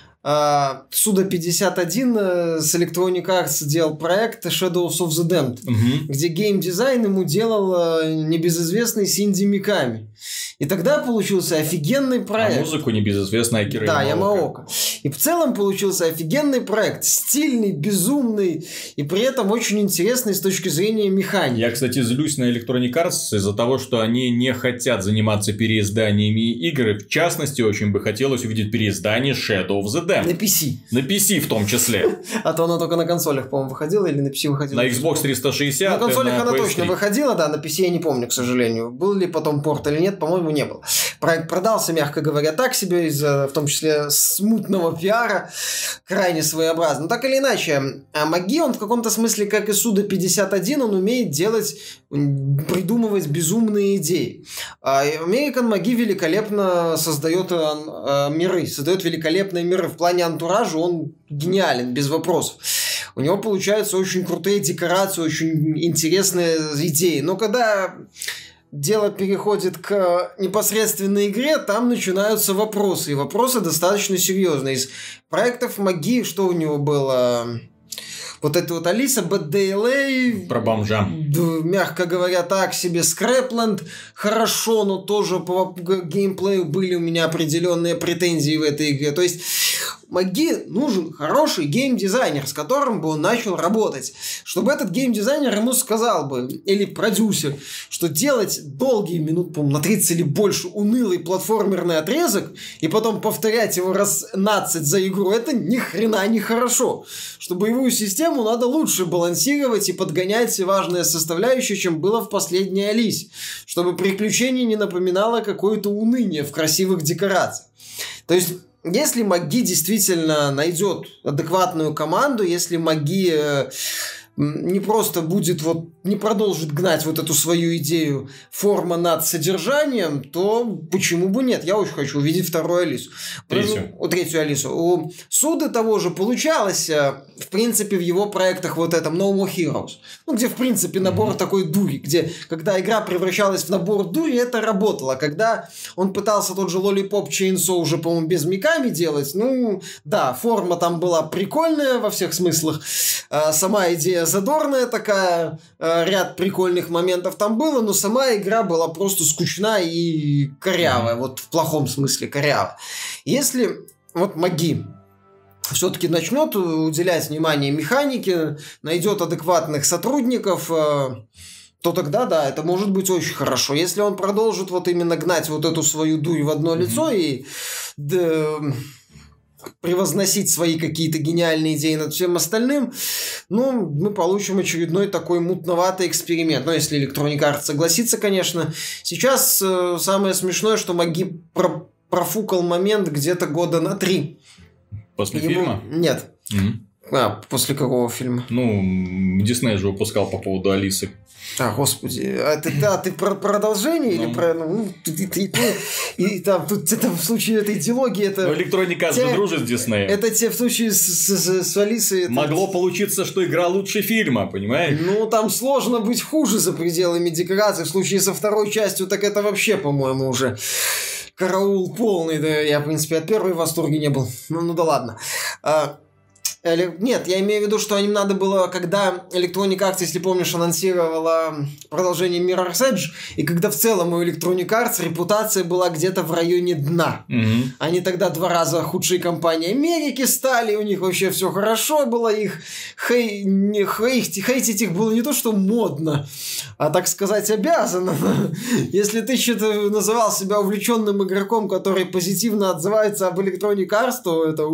Суда-51 с Electronic Arts делал проект Shadows of the Damned, где геймдизайн ему делал небезызвестный Синди Миками. И тогда получился офигенный проект. А музыку небезызвестная Акира Да, Ямаока. Ямаока. И в целом получился офигенный проект. Стильный, безумный и при этом очень интересный с точки зрения механики. Я, кстати, злюсь на Electronic Arts из-за того, что они не хотят заниматься переизданиями игр. В частности, очень бы хотелось увидеть переиздание Shadow of the Damned. На PC. На PC в том числе. А то она только на консолях, по-моему, выходила или на PC выходила? На Xbox 360. На консолях она PS3. точно выходила, да, на PC я не помню, к сожалению. Был ли потом порт или нет, по-моему, не был. Проект продался, мягко говоря, так себе, из-за, в том числе, смутного пиара, крайне своеобразно. Но так или иначе, McGee, он в каком-то смысле, как и Суда-51, он умеет придумывать безумные идеи. American McGee великолепно создает миры, создает великолепные миры. В плане антуража он гениален, без вопросов. У него получаются очень крутые декорации, очень интересные идеи. Но когда дело переходит к непосредственной игре, там начинаются вопросы. И вопросы достаточно серьезные. Из проектов McGee, что у него было? Вот эта вот Алиса, Bad Day LA. Про бомжа. Мягко говоря, так себе. Scrapland хорошо, но тоже по геймплею были у меня определенные претензии в этой игре. То есть McGee нужен хороший геймдизайнер, с которым бы он начал работать. Чтобы этот геймдизайнер ему сказал бы, или продюсер, что делать долгие минут, по-моему, на 30 или больше унылый платформерный отрезок и потом повторять его раз 15 за игру, это ни хрена не хорошо. Что боевую систему надо лучше балансировать и подгонять важные составляющие, чем было в последней Алисе. Чтобы приключение не напоминало какое-то уныние в красивых декорациях. То есть если McGee действительно найдет адекватную команду, если McGee не просто будет не продолжит гнать вот эту свою идею форма над содержанием, то почему бы нет? Я очень хочу увидеть вторую Алису. Третью Алису. У Суды того же получалось, в принципе, в его проектах вот этом No More Heroes. Где, в принципе, набор такой дури, где, когда игра превращалась в набор дури, это работало. Когда он пытался тот же Lollipop Chainsaw уже, по-моему, без Миками делать, да, форма там была прикольная во всех смыслах, сама идея задорная такая, ряд прикольных моментов там было, но сама игра была просто скучна и корявая, вот в плохом смысле корявая. Если McGee все-таки начнет уделять внимание механике, найдет адекватных сотрудников, то тогда, да, это может быть очень хорошо. Если он продолжит именно гнать вот эту свою дурь в одно лицо и превозносить свои какие-то гениальные идеи над всем остальным, мы получим очередной такой мутноватый эксперимент. Но если Electronic Arts согласится, конечно. Сейчас самое смешное, что McGee профукал момент где-то года на 3. После фильма? Нет. После какого фильма? Дисней же выпускал по поводу Алисы. Господи, ты про продолжение или про... И там, тут это в случае этой идеологии... Electronic Arts же дружит с Диснеем. Это в случае с Алисой... Могло получиться, что игра лучше фильма, понимаешь? Там сложно быть хуже за пределами декораций. В случае со второй частью, так это вообще, по-моему, уже... Караул полный, да, я, в принципе, от первой в восторге не был. Да ладно. Нет, я имею в виду, что им надо было, когда Electronic Arts, если помнишь, анонсировала продолжение Mirror's Edge, и когда в целом у Electronic Arts репутация была где-то в районе дна. Они тогда 2 раза худшие компании Америки стали, у них вообще все хорошо было, их хейтить их было не то, что модно, а, так сказать, обязано. Если ты что-то называл себя увлеченным игроком, который позитивно отзывается об Electronic Arts, то это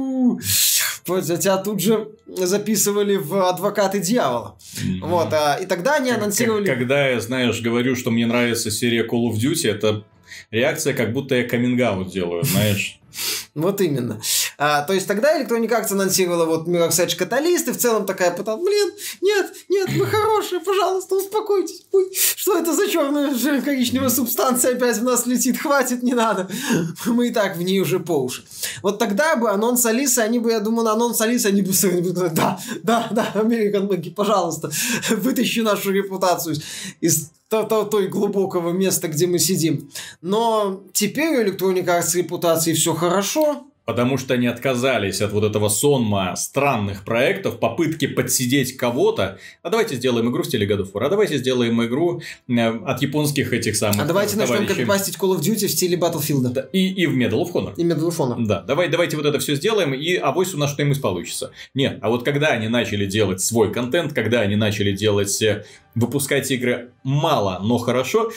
тебя тут же записывали в адвокаты дьявола. Вот, и тогда они анонсировали... Когда я, знаешь, говорю, что мне нравится серия Call of Duty, это реакция, как будто я каминг-аут делаю, знаешь. Вот именно. То есть тогда Electronic Arts анонсировала вот Mirror's Edge Catalyst, и в целом такая пыталась, нет, мы хорошие, пожалуйста, успокойтесь. Ой, что это за черная коричневая субстанция опять в нас летит? Хватит, не надо. Мы и так в ней уже по уши. Вот тогда бы анонс Алисы, я думаю, на анонс Алисы они бы сказали, да, American Maggie, пожалуйста, вытащи нашу репутацию из той глубокого места, где мы сидим. Но теперь у Electronic Arts репутации все хорошо. Потому что они отказались от вот этого сонма странных проектов, попытки подсидеть кого-то. А давайте сделаем игру в стиле God of War. А давайте сделаем игру от японских этих самых А давайте начнем копипастить Call of Duty в стиле Battlefield. И в Medal of Honor. И Medal of Honor. Да, давайте вот это все сделаем, и авось у нас что-нибудь получится. Нет, а вот когда они начали делать свой контент, когда они начали выпускать игры мало, но хорошо,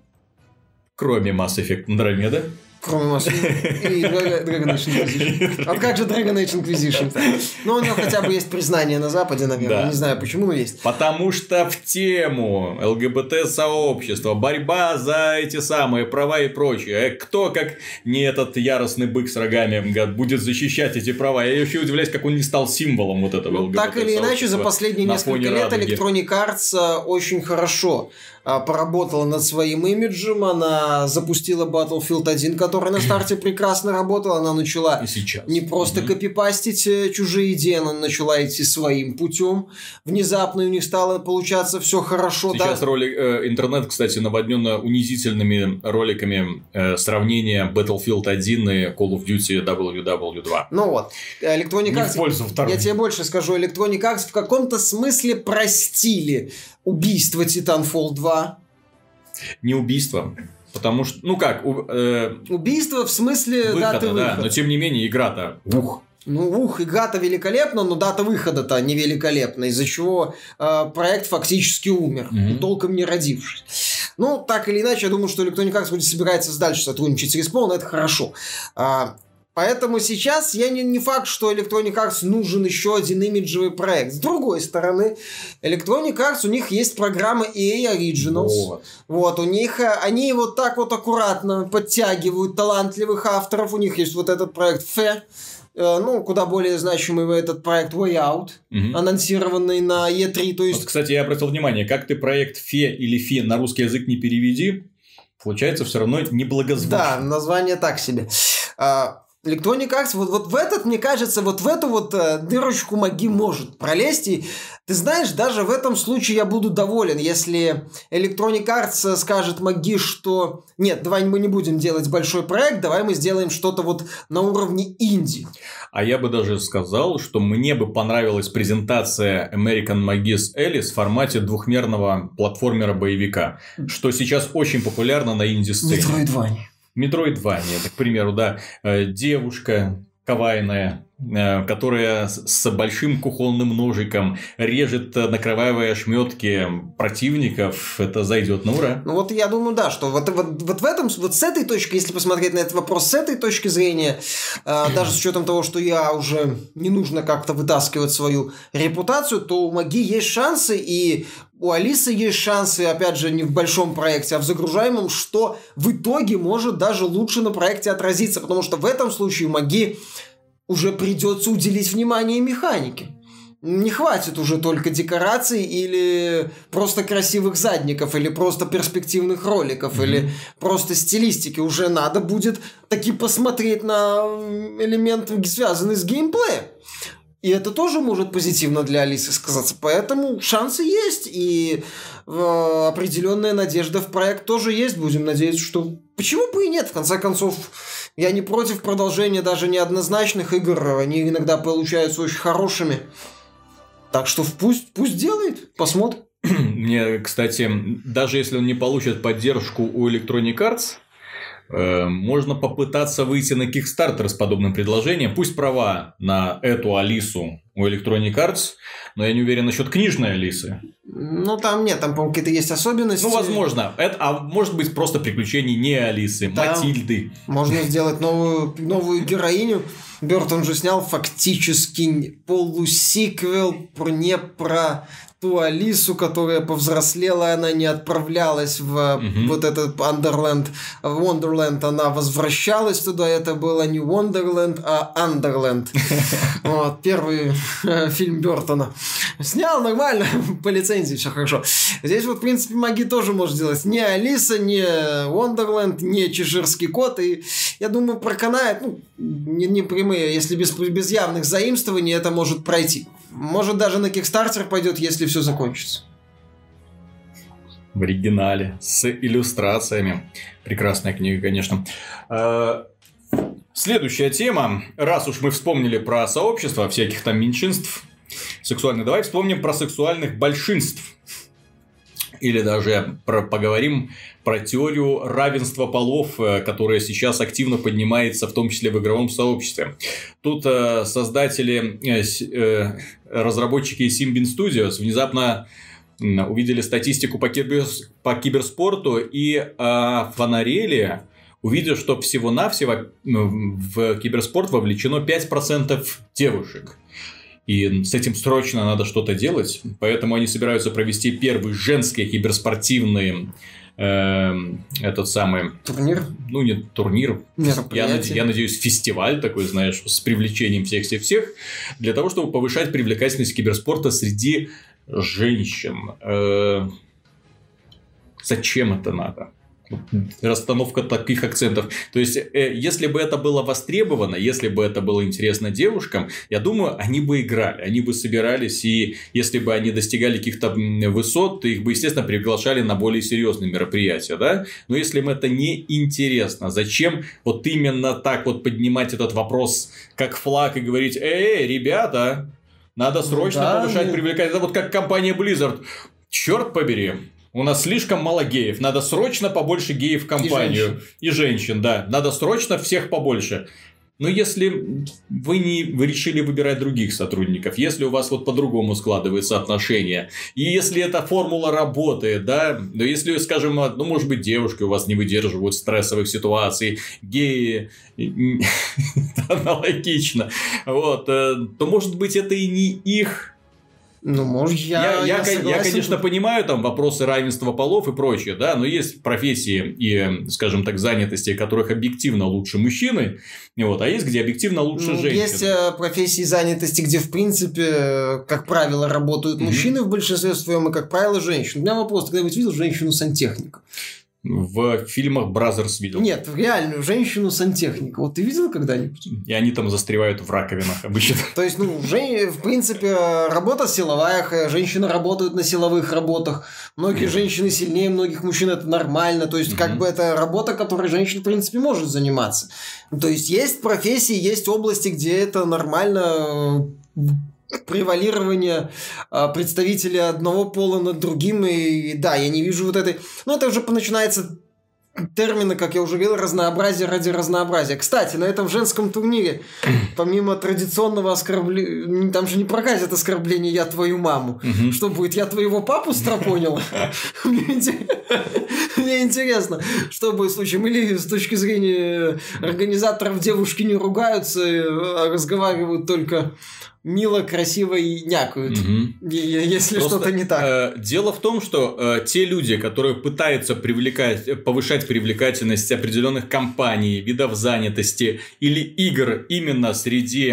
кроме Mass Effect Andromeda. Кроме Mass Effect и Dragon Age Inquisition. А как же Dragon Age Inquisition? Ну, у него хотя бы есть признание на Западе, наверное. Не знаю, почему, но есть. Потому что в тему ЛГБТ-сообщества, борьба за эти самые права и прочее. Кто, как не этот яростный бык с рогами, будет защищать эти права? Я еще удивляюсь, как он не стал символом вот этого ЛГБТ-сообщества. Так или иначе, за последние несколько лет Electronic Arts очень хорошо поработала над своим имиджем, она запустила Battlefield 1, который на старте прекрасно работал, она начала не просто копипастить чужие идеи, она начала идти своим путем, внезапно у них стало получаться все хорошо. Сейчас интернет, кстати, наводнен унизительными роликами сравнения Battlefield 1 и Call of Duty WW2. Ну вот, Electronic Arts, я тебе больше скажу, Electronic Arts в каком-то смысле простили убийство Titanfall 2. Не убийство. Потому что, убийство в смсле даты выхода. Да, но тем не менее игра-то игра-то великолепна, но дата выхода-то не великолепна, из-за чего проект фактически умер, толком не родившись. Ну, так или иначе, я думаю, что Electronic Arts будет собираться дальше сотрудничать с Respawn, это хорошо. Поэтому сейчас я не факт, что Electronic Arts нужен еще один имиджевый проект. С другой стороны, Electronic Arts, у них есть программа EA Originals. Вот, у них, они вот так вот аккуратно подтягивают талантливых авторов. У них есть вот этот проект Fe, куда более значимый этот проект Way Out, анонсированный на E3. То есть... Вот, кстати, я обратил внимание, как ты проект Fe или Fi на русский язык не переведи, получается все равно неблагозвучно. Да, название так себе. Electronic Arts, вот в этот, мне кажется, вот в эту вот дырочку Маги может пролезть. И ты знаешь, даже в этом случае я буду доволен, если Electronic Arts скажет Маги, что нет, давай мы не будем делать большой проект, давай мы сделаем что-то вот на уровне инди. А я бы даже сказал, что мне бы понравилась презентация American Magis Alice в формате двухмерного платформера-боевика, что сейчас очень популярно на инди-сцене. Metroidvania, к примеру, да, девушка кавайная, которая с большим кухонным ножиком режет, накрывая ошметки противников, это зайдет на ура. Ну вот я думаю, да, что вот в этом, вот с этой точки, если посмотреть на этот вопрос с этой точки зрения, даже с учетом того, что я уже не нужно как-то вытаскивать свою репутацию, то у Маги есть шансы, и у Алисы есть шансы, опять же, не в большом проекте, а в загружаемом, что в итоге может даже лучше на проекте отразиться, потому что в этом случае Маги уже придется уделить внимание механике. Не хватит уже только декораций или просто красивых задников, или просто перспективных роликов, или просто стилистики. Уже надо будет таки посмотреть на элементы, связанные с геймплеем. И это тоже может позитивно для Алисы сказаться. Поэтому шансы есть, и определенная надежда в проект тоже есть. Будем надеяться, что... Почему бы и нет? В конце концов, Я не против продолжения даже неоднозначных игр. Они иногда получаются очень хорошими. Так что пусть делает. Посмотрим. Мне, кстати, даже если он не получит поддержку у Electronic Arts, можно попытаться выйти на Kickstarter с подобным предложением. Пусть права на эту Алису у Electronic Arts, но я не уверен насчет книжной Алисы. Ну, там нет, там, по-моему, какие-то есть особенности. Ну, возможно. А может быть, просто приключения не Алисы, да. Матильды. Можно сделать новую героиню. Бёртон же снял фактически полусиквел не про ту Алису, которая повзрослела, она не отправлялась в вот этот Wonderland, она возвращалась туда, это было не Wonderland, а Underland. Вот, первый фильм Бёртона. Снял нормально, по лицензии, все хорошо. Здесь вот, в принципе, магии тоже можно сделать. Не Алиса, не Wonderland, не Чеширский кот, и я думаю, проканает, не прямые, если без явных заимствований это может пройти. Может, даже на Kickstarter пойдет, если все закончится. В оригинале, с иллюстрациями. Прекрасная книга, конечно. Следующая тема. Раз уж мы вспомнили про сообщество всяких там меньшинств сексуальных, давай вспомним про сексуальных большинств. Или даже поговорим про теорию равенства полов, которая сейчас активно поднимается, в том числе в игровом сообществе. Тут создатели, разработчики Simbin Studios внезапно увидели статистику по киберспорту и фонарели, увидев, что всего-навсего в киберспорт вовлечено 5% девушек. И с этим срочно надо что-то делать. Поэтому они собираются провести первый женский киберспортивный турнир? Ну, не турнир. Я надеюсь, фестиваль такой, знаешь, с привлечением всех-всех-всех. Для того, чтобы повышать привлекательность киберспорта среди женщин. Зачем это надо? Расстановка таких акцентов. То есть, если бы это было востребовано, если бы это было интересно девушкам, я думаю, они бы играли, они бы собирались, и если бы они достигали каких-то высот, то их бы, естественно, приглашали на более серьезные мероприятия, да? Но если им это не интересно, зачем вот именно так вот поднимать этот вопрос как флаг и говорить: ребята, надо срочно повышать привлекательность. Это вот как компания Blizzard. Черт побери. У нас слишком мало геев. Надо срочно побольше геев в компанию. И женщин, да. Надо срочно всех побольше. Но если вы решили выбирать других сотрудников, если у вас вот по-другому складываются отношения, и если эта формула работает, да, но если, скажем, может быть, девушки у вас не выдерживают стрессовых ситуаций, геи аналогично, вот, то, может быть, это и не их. Ну, может, я конечно, понимаю там вопросы равенства полов и прочее, да, но есть профессии и, скажем так, занятости, которых объективно лучше мужчины, вот, а есть, где объективно лучше женщины. Есть профессии и занятости, где, в принципе, как правило, работают мужчины в большинстве своем, и, как правило, женщины. У меня вопрос: ты когда-нибудь видел женщину-сантехника? В фильмах Бразерс видел. Нет, реальную женщину-сантехника. Вот ты видел когда-нибудь? И они там застревают в раковинах обычно. То есть, в принципе, работа силовая, женщины работают на силовых работах. Многие женщины сильнее многих мужчин, это нормально. То есть, как бы это работа, которой женщина, в принципе, может заниматься. То есть, есть профессии, есть области, где это нормально. Превалирование представителей одного пола над другим, и да, я не вижу вот этой... Ну, это уже начинается термины, как я уже говорил, разнообразие ради разнообразия. Кстати, на этом женском турнире, помимо традиционного оскорбления, там же не прокатит оскорбление «я твою маму». Что будет, «я твоего папу стропонил»? Мне интересно, что будет в случае. Или с точки зрения организаторов девушки не ругаются, а разговаривают только мило, красиво и някают, если что-то не так. Дело в том, что те люди, которые пытаются повышать привлекательность определенных компаний, видов занятости или игр именно среди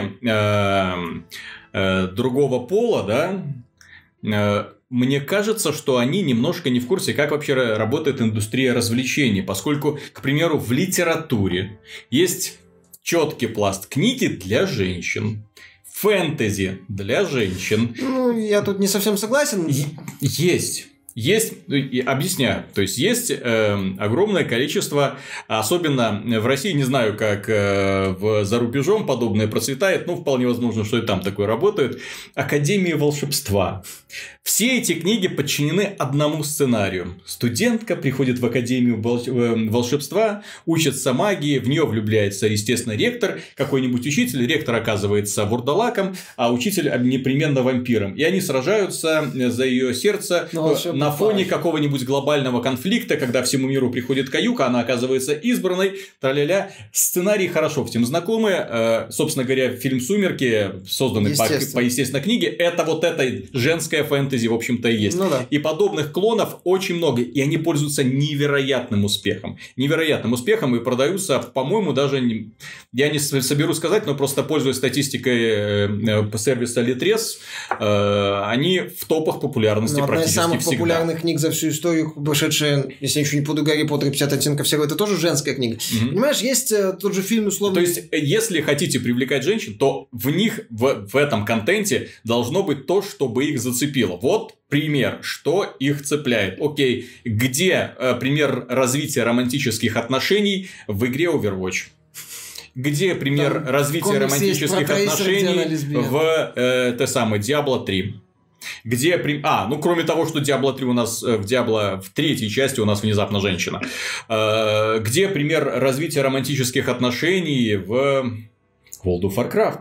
другого пола, да, мне кажется, что они немножко не в курсе, как вообще работает индустрия развлечений, поскольку, к примеру, в литературе есть четкий пласт: книги для женщин, фэнтези для женщин. Ну, я тут не совсем согласен. Есть. объясняю, то есть есть огромное количество, особенно в России, не знаю, как за рубежом подобное процветает, но вполне возможно, что и там такое работает, Академии волшебства. Все эти книги подчинены одному сценарию. Студентка приходит в Академию волшебства, учится магии, в нее влюбляется, естественно, ректор, какой-нибудь учитель, ректор оказывается вурдалаком, а учитель непременно вампиром. И они сражаются за ее сердце на фоне какого-нибудь глобального конфликта, когда всему миру приходит каюка, она оказывается избранной, тра-ля-ля. Сценарий хорошо всем знакомы. Собственно говоря, фильм «Сумерки», созданный по естественно, книге, это вот эта женская фэнтези, в общем-то, и есть. И подобных клонов очень много, и они пользуются невероятным успехом. Невероятным успехом и продаются, по-моему, даже, я не соберу сказать, но просто пользуясь статистикой сервиса Litres, они в топах популярности практически всегда. Одна из самых популярных книг за всю историю, вышедшая, если я еще не буду, Гарри Поттер и 50 оттенков серого, это тоже женская книга. Понимаешь, есть тот же фильм условно. То есть, если хотите привлекать женщин, то в них, в этом контенте должно быть то, чтобы их зацепило. Вот пример, что их цепляет. Окей, где пример развития романтических отношений в игре Overwatch? Где пример развития романтических отношений в Diablo 3? Где кроме того, что Diablo 3 у нас в Diablo в третьей части у нас внезапно женщина. Где пример развития романтических отношений в World of Warcraft?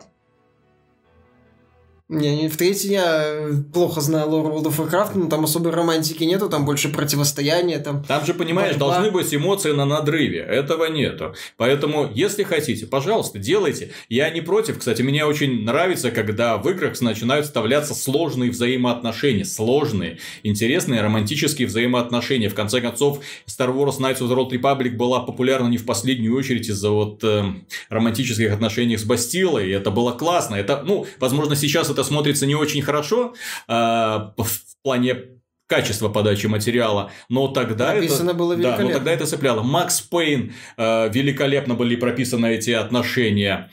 В третьей я плохо знаю лор World of Warcraft, но там особой романтики нету, там больше противостояния. Там же, понимаешь, должны быть эмоции на надрыве. Этого нету. Поэтому, если хотите, пожалуйста, делайте. Я не против. Кстати, мне очень нравится, когда в играх начинают вставляться сложные взаимоотношения. Сложные, интересные, романтические взаимоотношения. В конце концов, Star Wars Knights of the Old Republic была популярна не в последнюю очередь из-за романтических отношений с Бастилой. И это было классно. Это, возможно, сейчас это смотрится не очень хорошо в плане качества подачи материала, но тогда это цепляло. Макс Пейн, великолепно были прописаны эти отношения.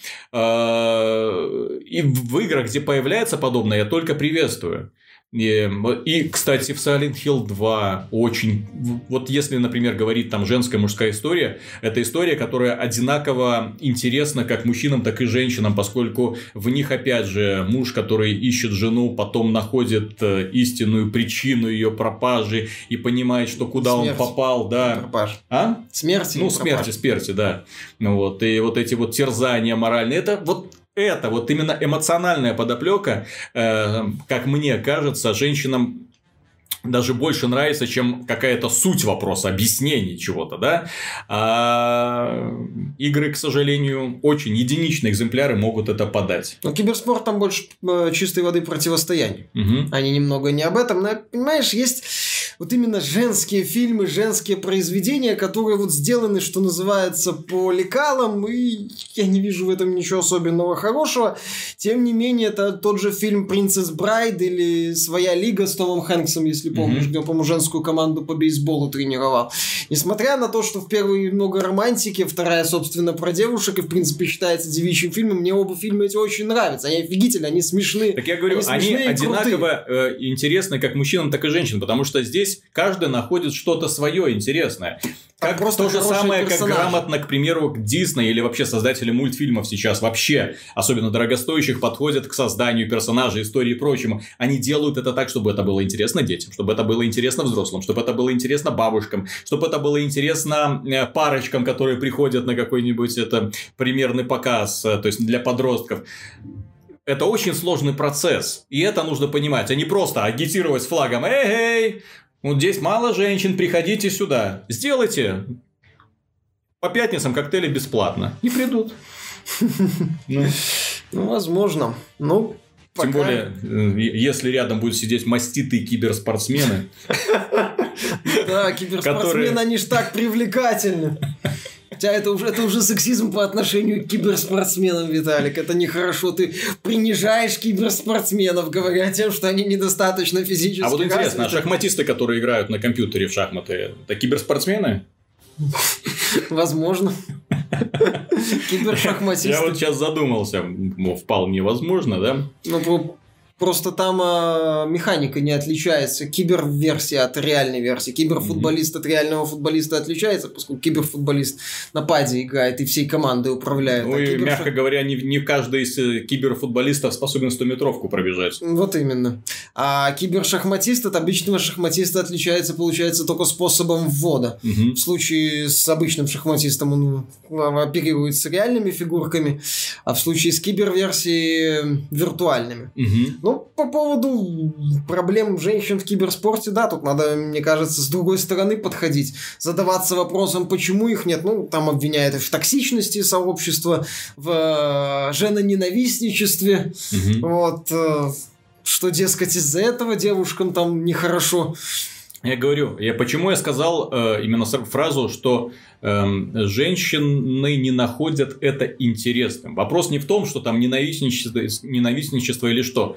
И в играх, где появляется подобное, я только приветствую. И, кстати, в Silent Hill 2 очень... Вот если, например, говорить там женская, мужская история, это история, которая одинаково интересна как мужчинам, так и женщинам, поскольку в них, опять же, муж, который ищет жену, потом находит истинную причину ее пропажи и понимает, что куда он попал, да. Пропаж. Смерти, да. И вот эти вот терзания моральные, это именно эмоциональная подоплека, как мне кажется, женщинам даже больше нравится, чем какая-то суть вопроса, объяснение чего-то, да. А игры, к сожалению, очень единичные экземпляры могут это подать. Но киберспорт там больше чистой воды противостояния. Они немного не об этом. Но, понимаешь, есть вот именно женские фильмы, женские произведения, которые вот сделаны, что называется, по лекалам, и я не вижу в этом ничего особенного хорошего. Тем не менее, это тот же фильм «Принцесс Брайд» или «Своя лига» с Томом Хэнксом, если помнишь, где он, по-моему, женскую команду по бейсболу тренировал. Несмотря на то, что в первой много романтики, вторая, собственно, про девушек, и, в принципе, считается девичьим фильмом, мне оба фильма эти очень нравятся. Они офигительные, они смешные. Так я говорю, они одинаково интересны как мужчинам, так и женщинам, потому что здесь каждый находит что-то свое интересное. Как то же самое, как грамотно, к примеру, Дисней или вообще создатели мультфильмов сейчас вообще, особенно дорогостоящих, подходят к созданию персонажей, истории и прочему. Они делают это так, чтобы это было интересно детям, чтобы это было интересно взрослым, чтобы это было интересно бабушкам, чтобы это было интересно парочкам, которые приходят на какой-нибудь примерный показ, то есть для подростков. Это очень сложный процесс, и это нужно понимать, а не просто агитировать с флагом «Эй-эй! Вот здесь мало женщин, приходите сюда. Сделайте по пятницам коктейли бесплатно». И придут. Возможно. Тем более, если рядом будут сидеть маститые киберспортсмены. Да, киберспортсмены, они ж так привлекательны. Хотя это уже сексизм по отношению к киберспортсменам, Виталик. Это нехорошо. Ты принижаешь киберспортсменов, говоря тем, что они недостаточно физически. А вот интересно, шахматисты, которые играют на компьютере в шахматы, это киберспортсмены? Возможно. Кибершахматисты. Я вот сейчас задумался. Вполне возможно, да? Просто там механика не отличается. Киберверсия от реальной версии. Киберфутболист от реального футболиста отличается, поскольку киберфутболист на паде играет и всей командой управляет. Ну и, мягко говоря, не каждый из киберфутболистов способен 100-метровку пробежать. Вот именно. А кибершахматист от обычного шахматиста отличается, получается, только способом ввода. В случае с обычным шахматистом он оперирует с реальными фигурками, а в случае с киберверсией виртуальными. Ну, по поводу проблем женщин в киберспорте, да, тут надо, мне кажется, с другой стороны подходить. Задаваться вопросом, почему их нет. Ну, там обвиняют в токсичности сообщества, в женоненавистничестве. Вот, что, дескать, из-за этого девушкам там нехорошо. Я говорю, почему я сказал именно фразу, что женщины не находят это интересным. Вопрос не в том, что там ненавистничество или что.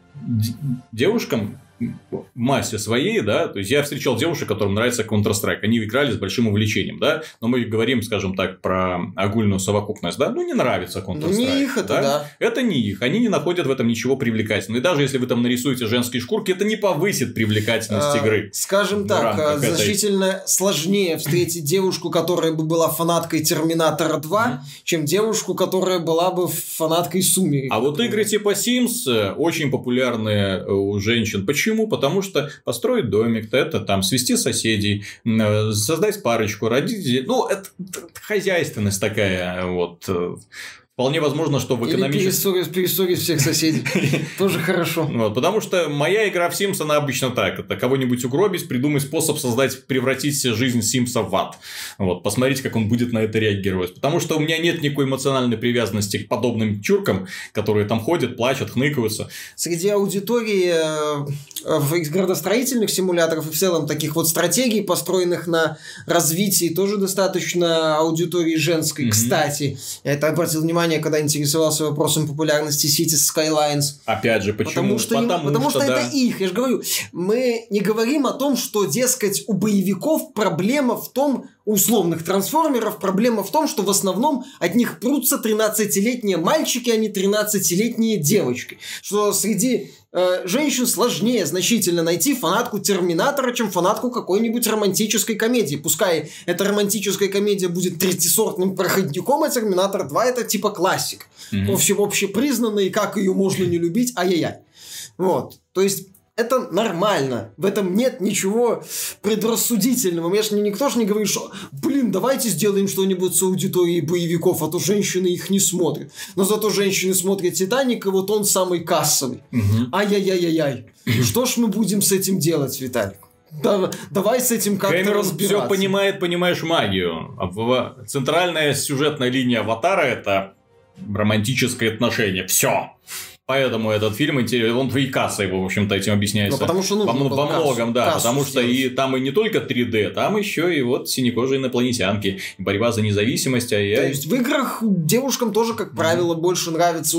Девушкам в массе своей, да, то есть я встречал девушек, которым нравится Counter-Strike, они играли с большим увлечением, да, но мы говорим, скажем так, про огульную совокупность, да, ну не нравится Counter-Strike. Ну не их это, да. Это не их, они не находят в этом ничего привлекательного, и даже если вы там нарисуете женские шкурки, это не повысит привлекательность игры. Скажем так, значительно сложнее встретить девушку, которая бы была фанаткой Терминатора 2, чем девушку, которая была бы фанаткой Сумерек. А вот игры типа Sims очень популярны у женщин. Почему? Потому что построить домик, это там свести соседей, создать парочку, родить. Ну, это хозяйственность такая вот. Вполне возможно, что в экономическом... Или перессорить всех соседей. Тоже хорошо. Вот, потому что моя игра в Sims, она обычно так. Это кого-нибудь угробить, придумать способ превратить жизнь Симса в ад. Вот, посмотреть, как он будет на это реагировать. Потому что у меня нет никакой эмоциональной привязанности к подобным чуркам, которые там ходят, плачут, хныкаются. Среди аудитории градостроительных симуляторов и в целом таких вот стратегий, построенных на развитии, тоже достаточно аудитории женской. Кстати, я это обратил внимание, когда интересовался вопросом популярности Cities Skylines. Опять же, почему? Потому что это их. Я же говорю, мы не говорим о том, что, дескать, у боевиков проблема в том, у условных трансформеров проблема в том, что в основном от них прутся 13-летние мальчики, а не 13-летние девочки. Что среди женщин сложнее значительно найти фанатку Терминатора, чем фанатку какой-нибудь романтической комедии. Пускай эта романтическая комедия будет третьесортным проходником, а Терминатор 2 это типа классик. Общепризнанный, как ее можно не любить, ай-яй-яй. Вот. То есть это нормально. В этом нет ничего предрассудительного. Никто же не говорит, что, давайте сделаем что-нибудь с аудиторией боевиков, а то женщины их не смотрят. Но зато женщины смотрят «Титаник», и вот он самый кассовый. Ай-яй-яй-яй-яй. Что ж мы будем с этим делать, Виталик? Давай с этим как-то Кэмерон разбираться. все понимает, понимаешь, магию. Центральная сюжетная линия «Аватара» — это романтическое отношение. Все. Поэтому этот фильм интересен, он и касса его, в общем-то, этим объясняется. Потому что во многом, да, кассу потому что и там и не только 3D, там еще и вот синекожие инопланетянки, борьба за независимость. То есть в играх девушкам тоже, как правило, больше нравится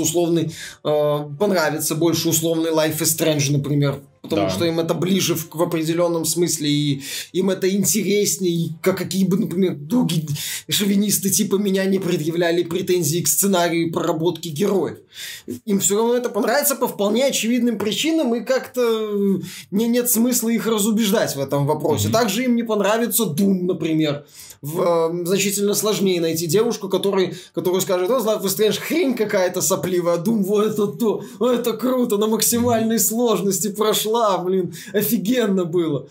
понравится больше условный Life is Strange, например. Потому что им это ближе в определенном смысле, и им это интереснее, какие бы, например, другие шовинисты типа меня не предъявляли претензий к сценарию и проработке героев. Им все равно это понравится по вполне очевидным причинам, и как-то мне нет смысла их разубеждать в этом вопросе. Также им не понравится Doom, например. Значительно сложнее найти девушку, которая скажет: Life is Strange хрень какая-то сопливая, Doom, это круто, на максимальной сложности прошла, офигенно было.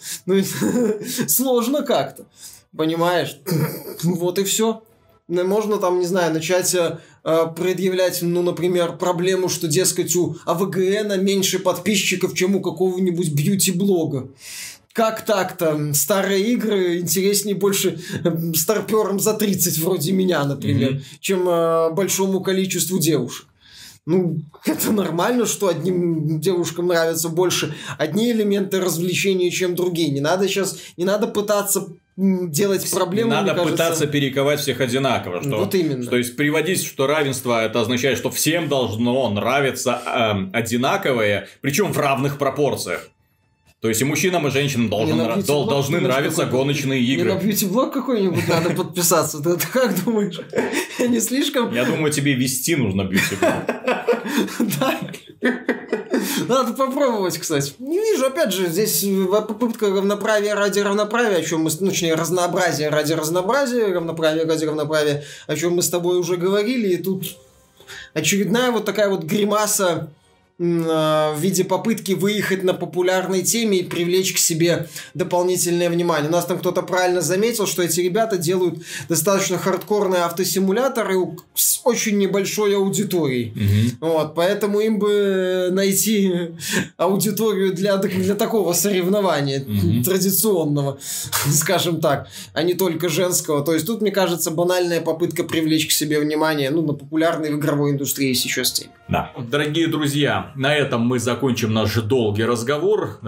Сложно как-то, понимаешь? Вот и все. Можно там, не знаю, начать предъявлять, например, проблему, что, дескать, у АВГН меньше подписчиков, чем у какого-нибудь бьюти-блога. Как так-то? Старые игры интереснее больше старперам за 30 вроде меня, например, чем большому количеству девушек. Это нормально, что одним девушкам нравятся больше одни элементы развлечения, чем другие. Не надо пытаться делать проблему. Не надо пытаться перековать всех одинаково. Вот именно. То есть приводить, что равенство это означает, что всем должно нравиться одинаковое, причем в равных пропорциях. То есть и мужчинам, и женщинам должны нравиться гоночные игры. Мне на бьюти-блог какой-нибудь надо подписаться. Ты как думаешь? Не слишком? Я думаю, тебе вести нужно бьюти-блог. Да. Надо попробовать, кстати. Не вижу, опять же, здесь попытка равноправия ради равноправия, о чем мы, точнее, разнообразие ради разнообразия, равноправие ради равноправия, о чем мы с тобой уже говорили, и тут очередная вот такая вот гримаса в виде попытки выехать на популярной теме и привлечь к себе дополнительное внимание. У нас там кто-то правильно заметил, что эти ребята делают достаточно хардкорные автосимуляторы с очень небольшой аудиторией. Вот, поэтому им бы найти аудиторию для такого соревнования традиционного, скажем так, а не только женского. То есть тут, мне кажется, банальная попытка привлечь к себе внимание, на популярной в игровой индустрии сейчас теме. Да. Дорогие друзья, на этом мы закончим наш долгий разговор.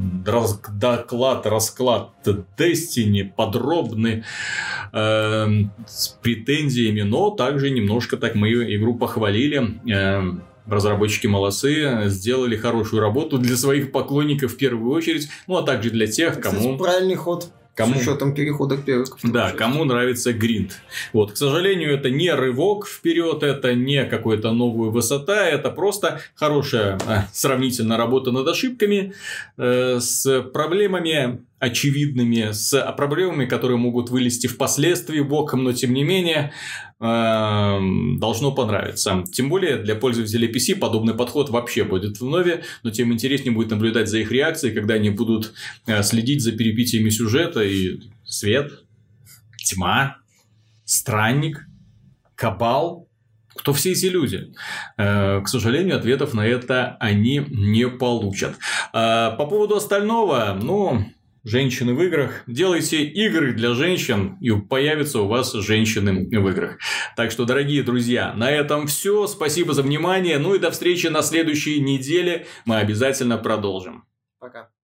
Расклад Destiny подробный, с претензиями, но также немножко так мы игру похвалили. Разработчики молодцы, сделали хорошую работу для своих поклонников в первую очередь, а также для тех, кому... Кстати, правильный ход. С учетом перехода к первой. Да, кому нравится гринд. Вот, к сожалению, это не рывок вперед, это не какая-то новая высота, это просто хорошая сравнительно работа над ошибками, с проблемами очевидными, с проблемами, которые могут вылезти впоследствии боком, но тем не менее должно понравиться. Тем более для пользователей PC подобный подход вообще будет вновь, но тем интереснее будет наблюдать за их реакцией, когда они будут следить за перипетиями сюжета и свет, тьма, странник, кабал. Кто все эти люди? К сожалению, ответов на это они не получат. По поводу остального, женщины в играх. Делайте игры для женщин, и появятся у вас женщины в играх. Так что, дорогие друзья, на этом все. Спасибо за внимание. И до встречи на следующей неделе. Мы обязательно продолжим. Пока.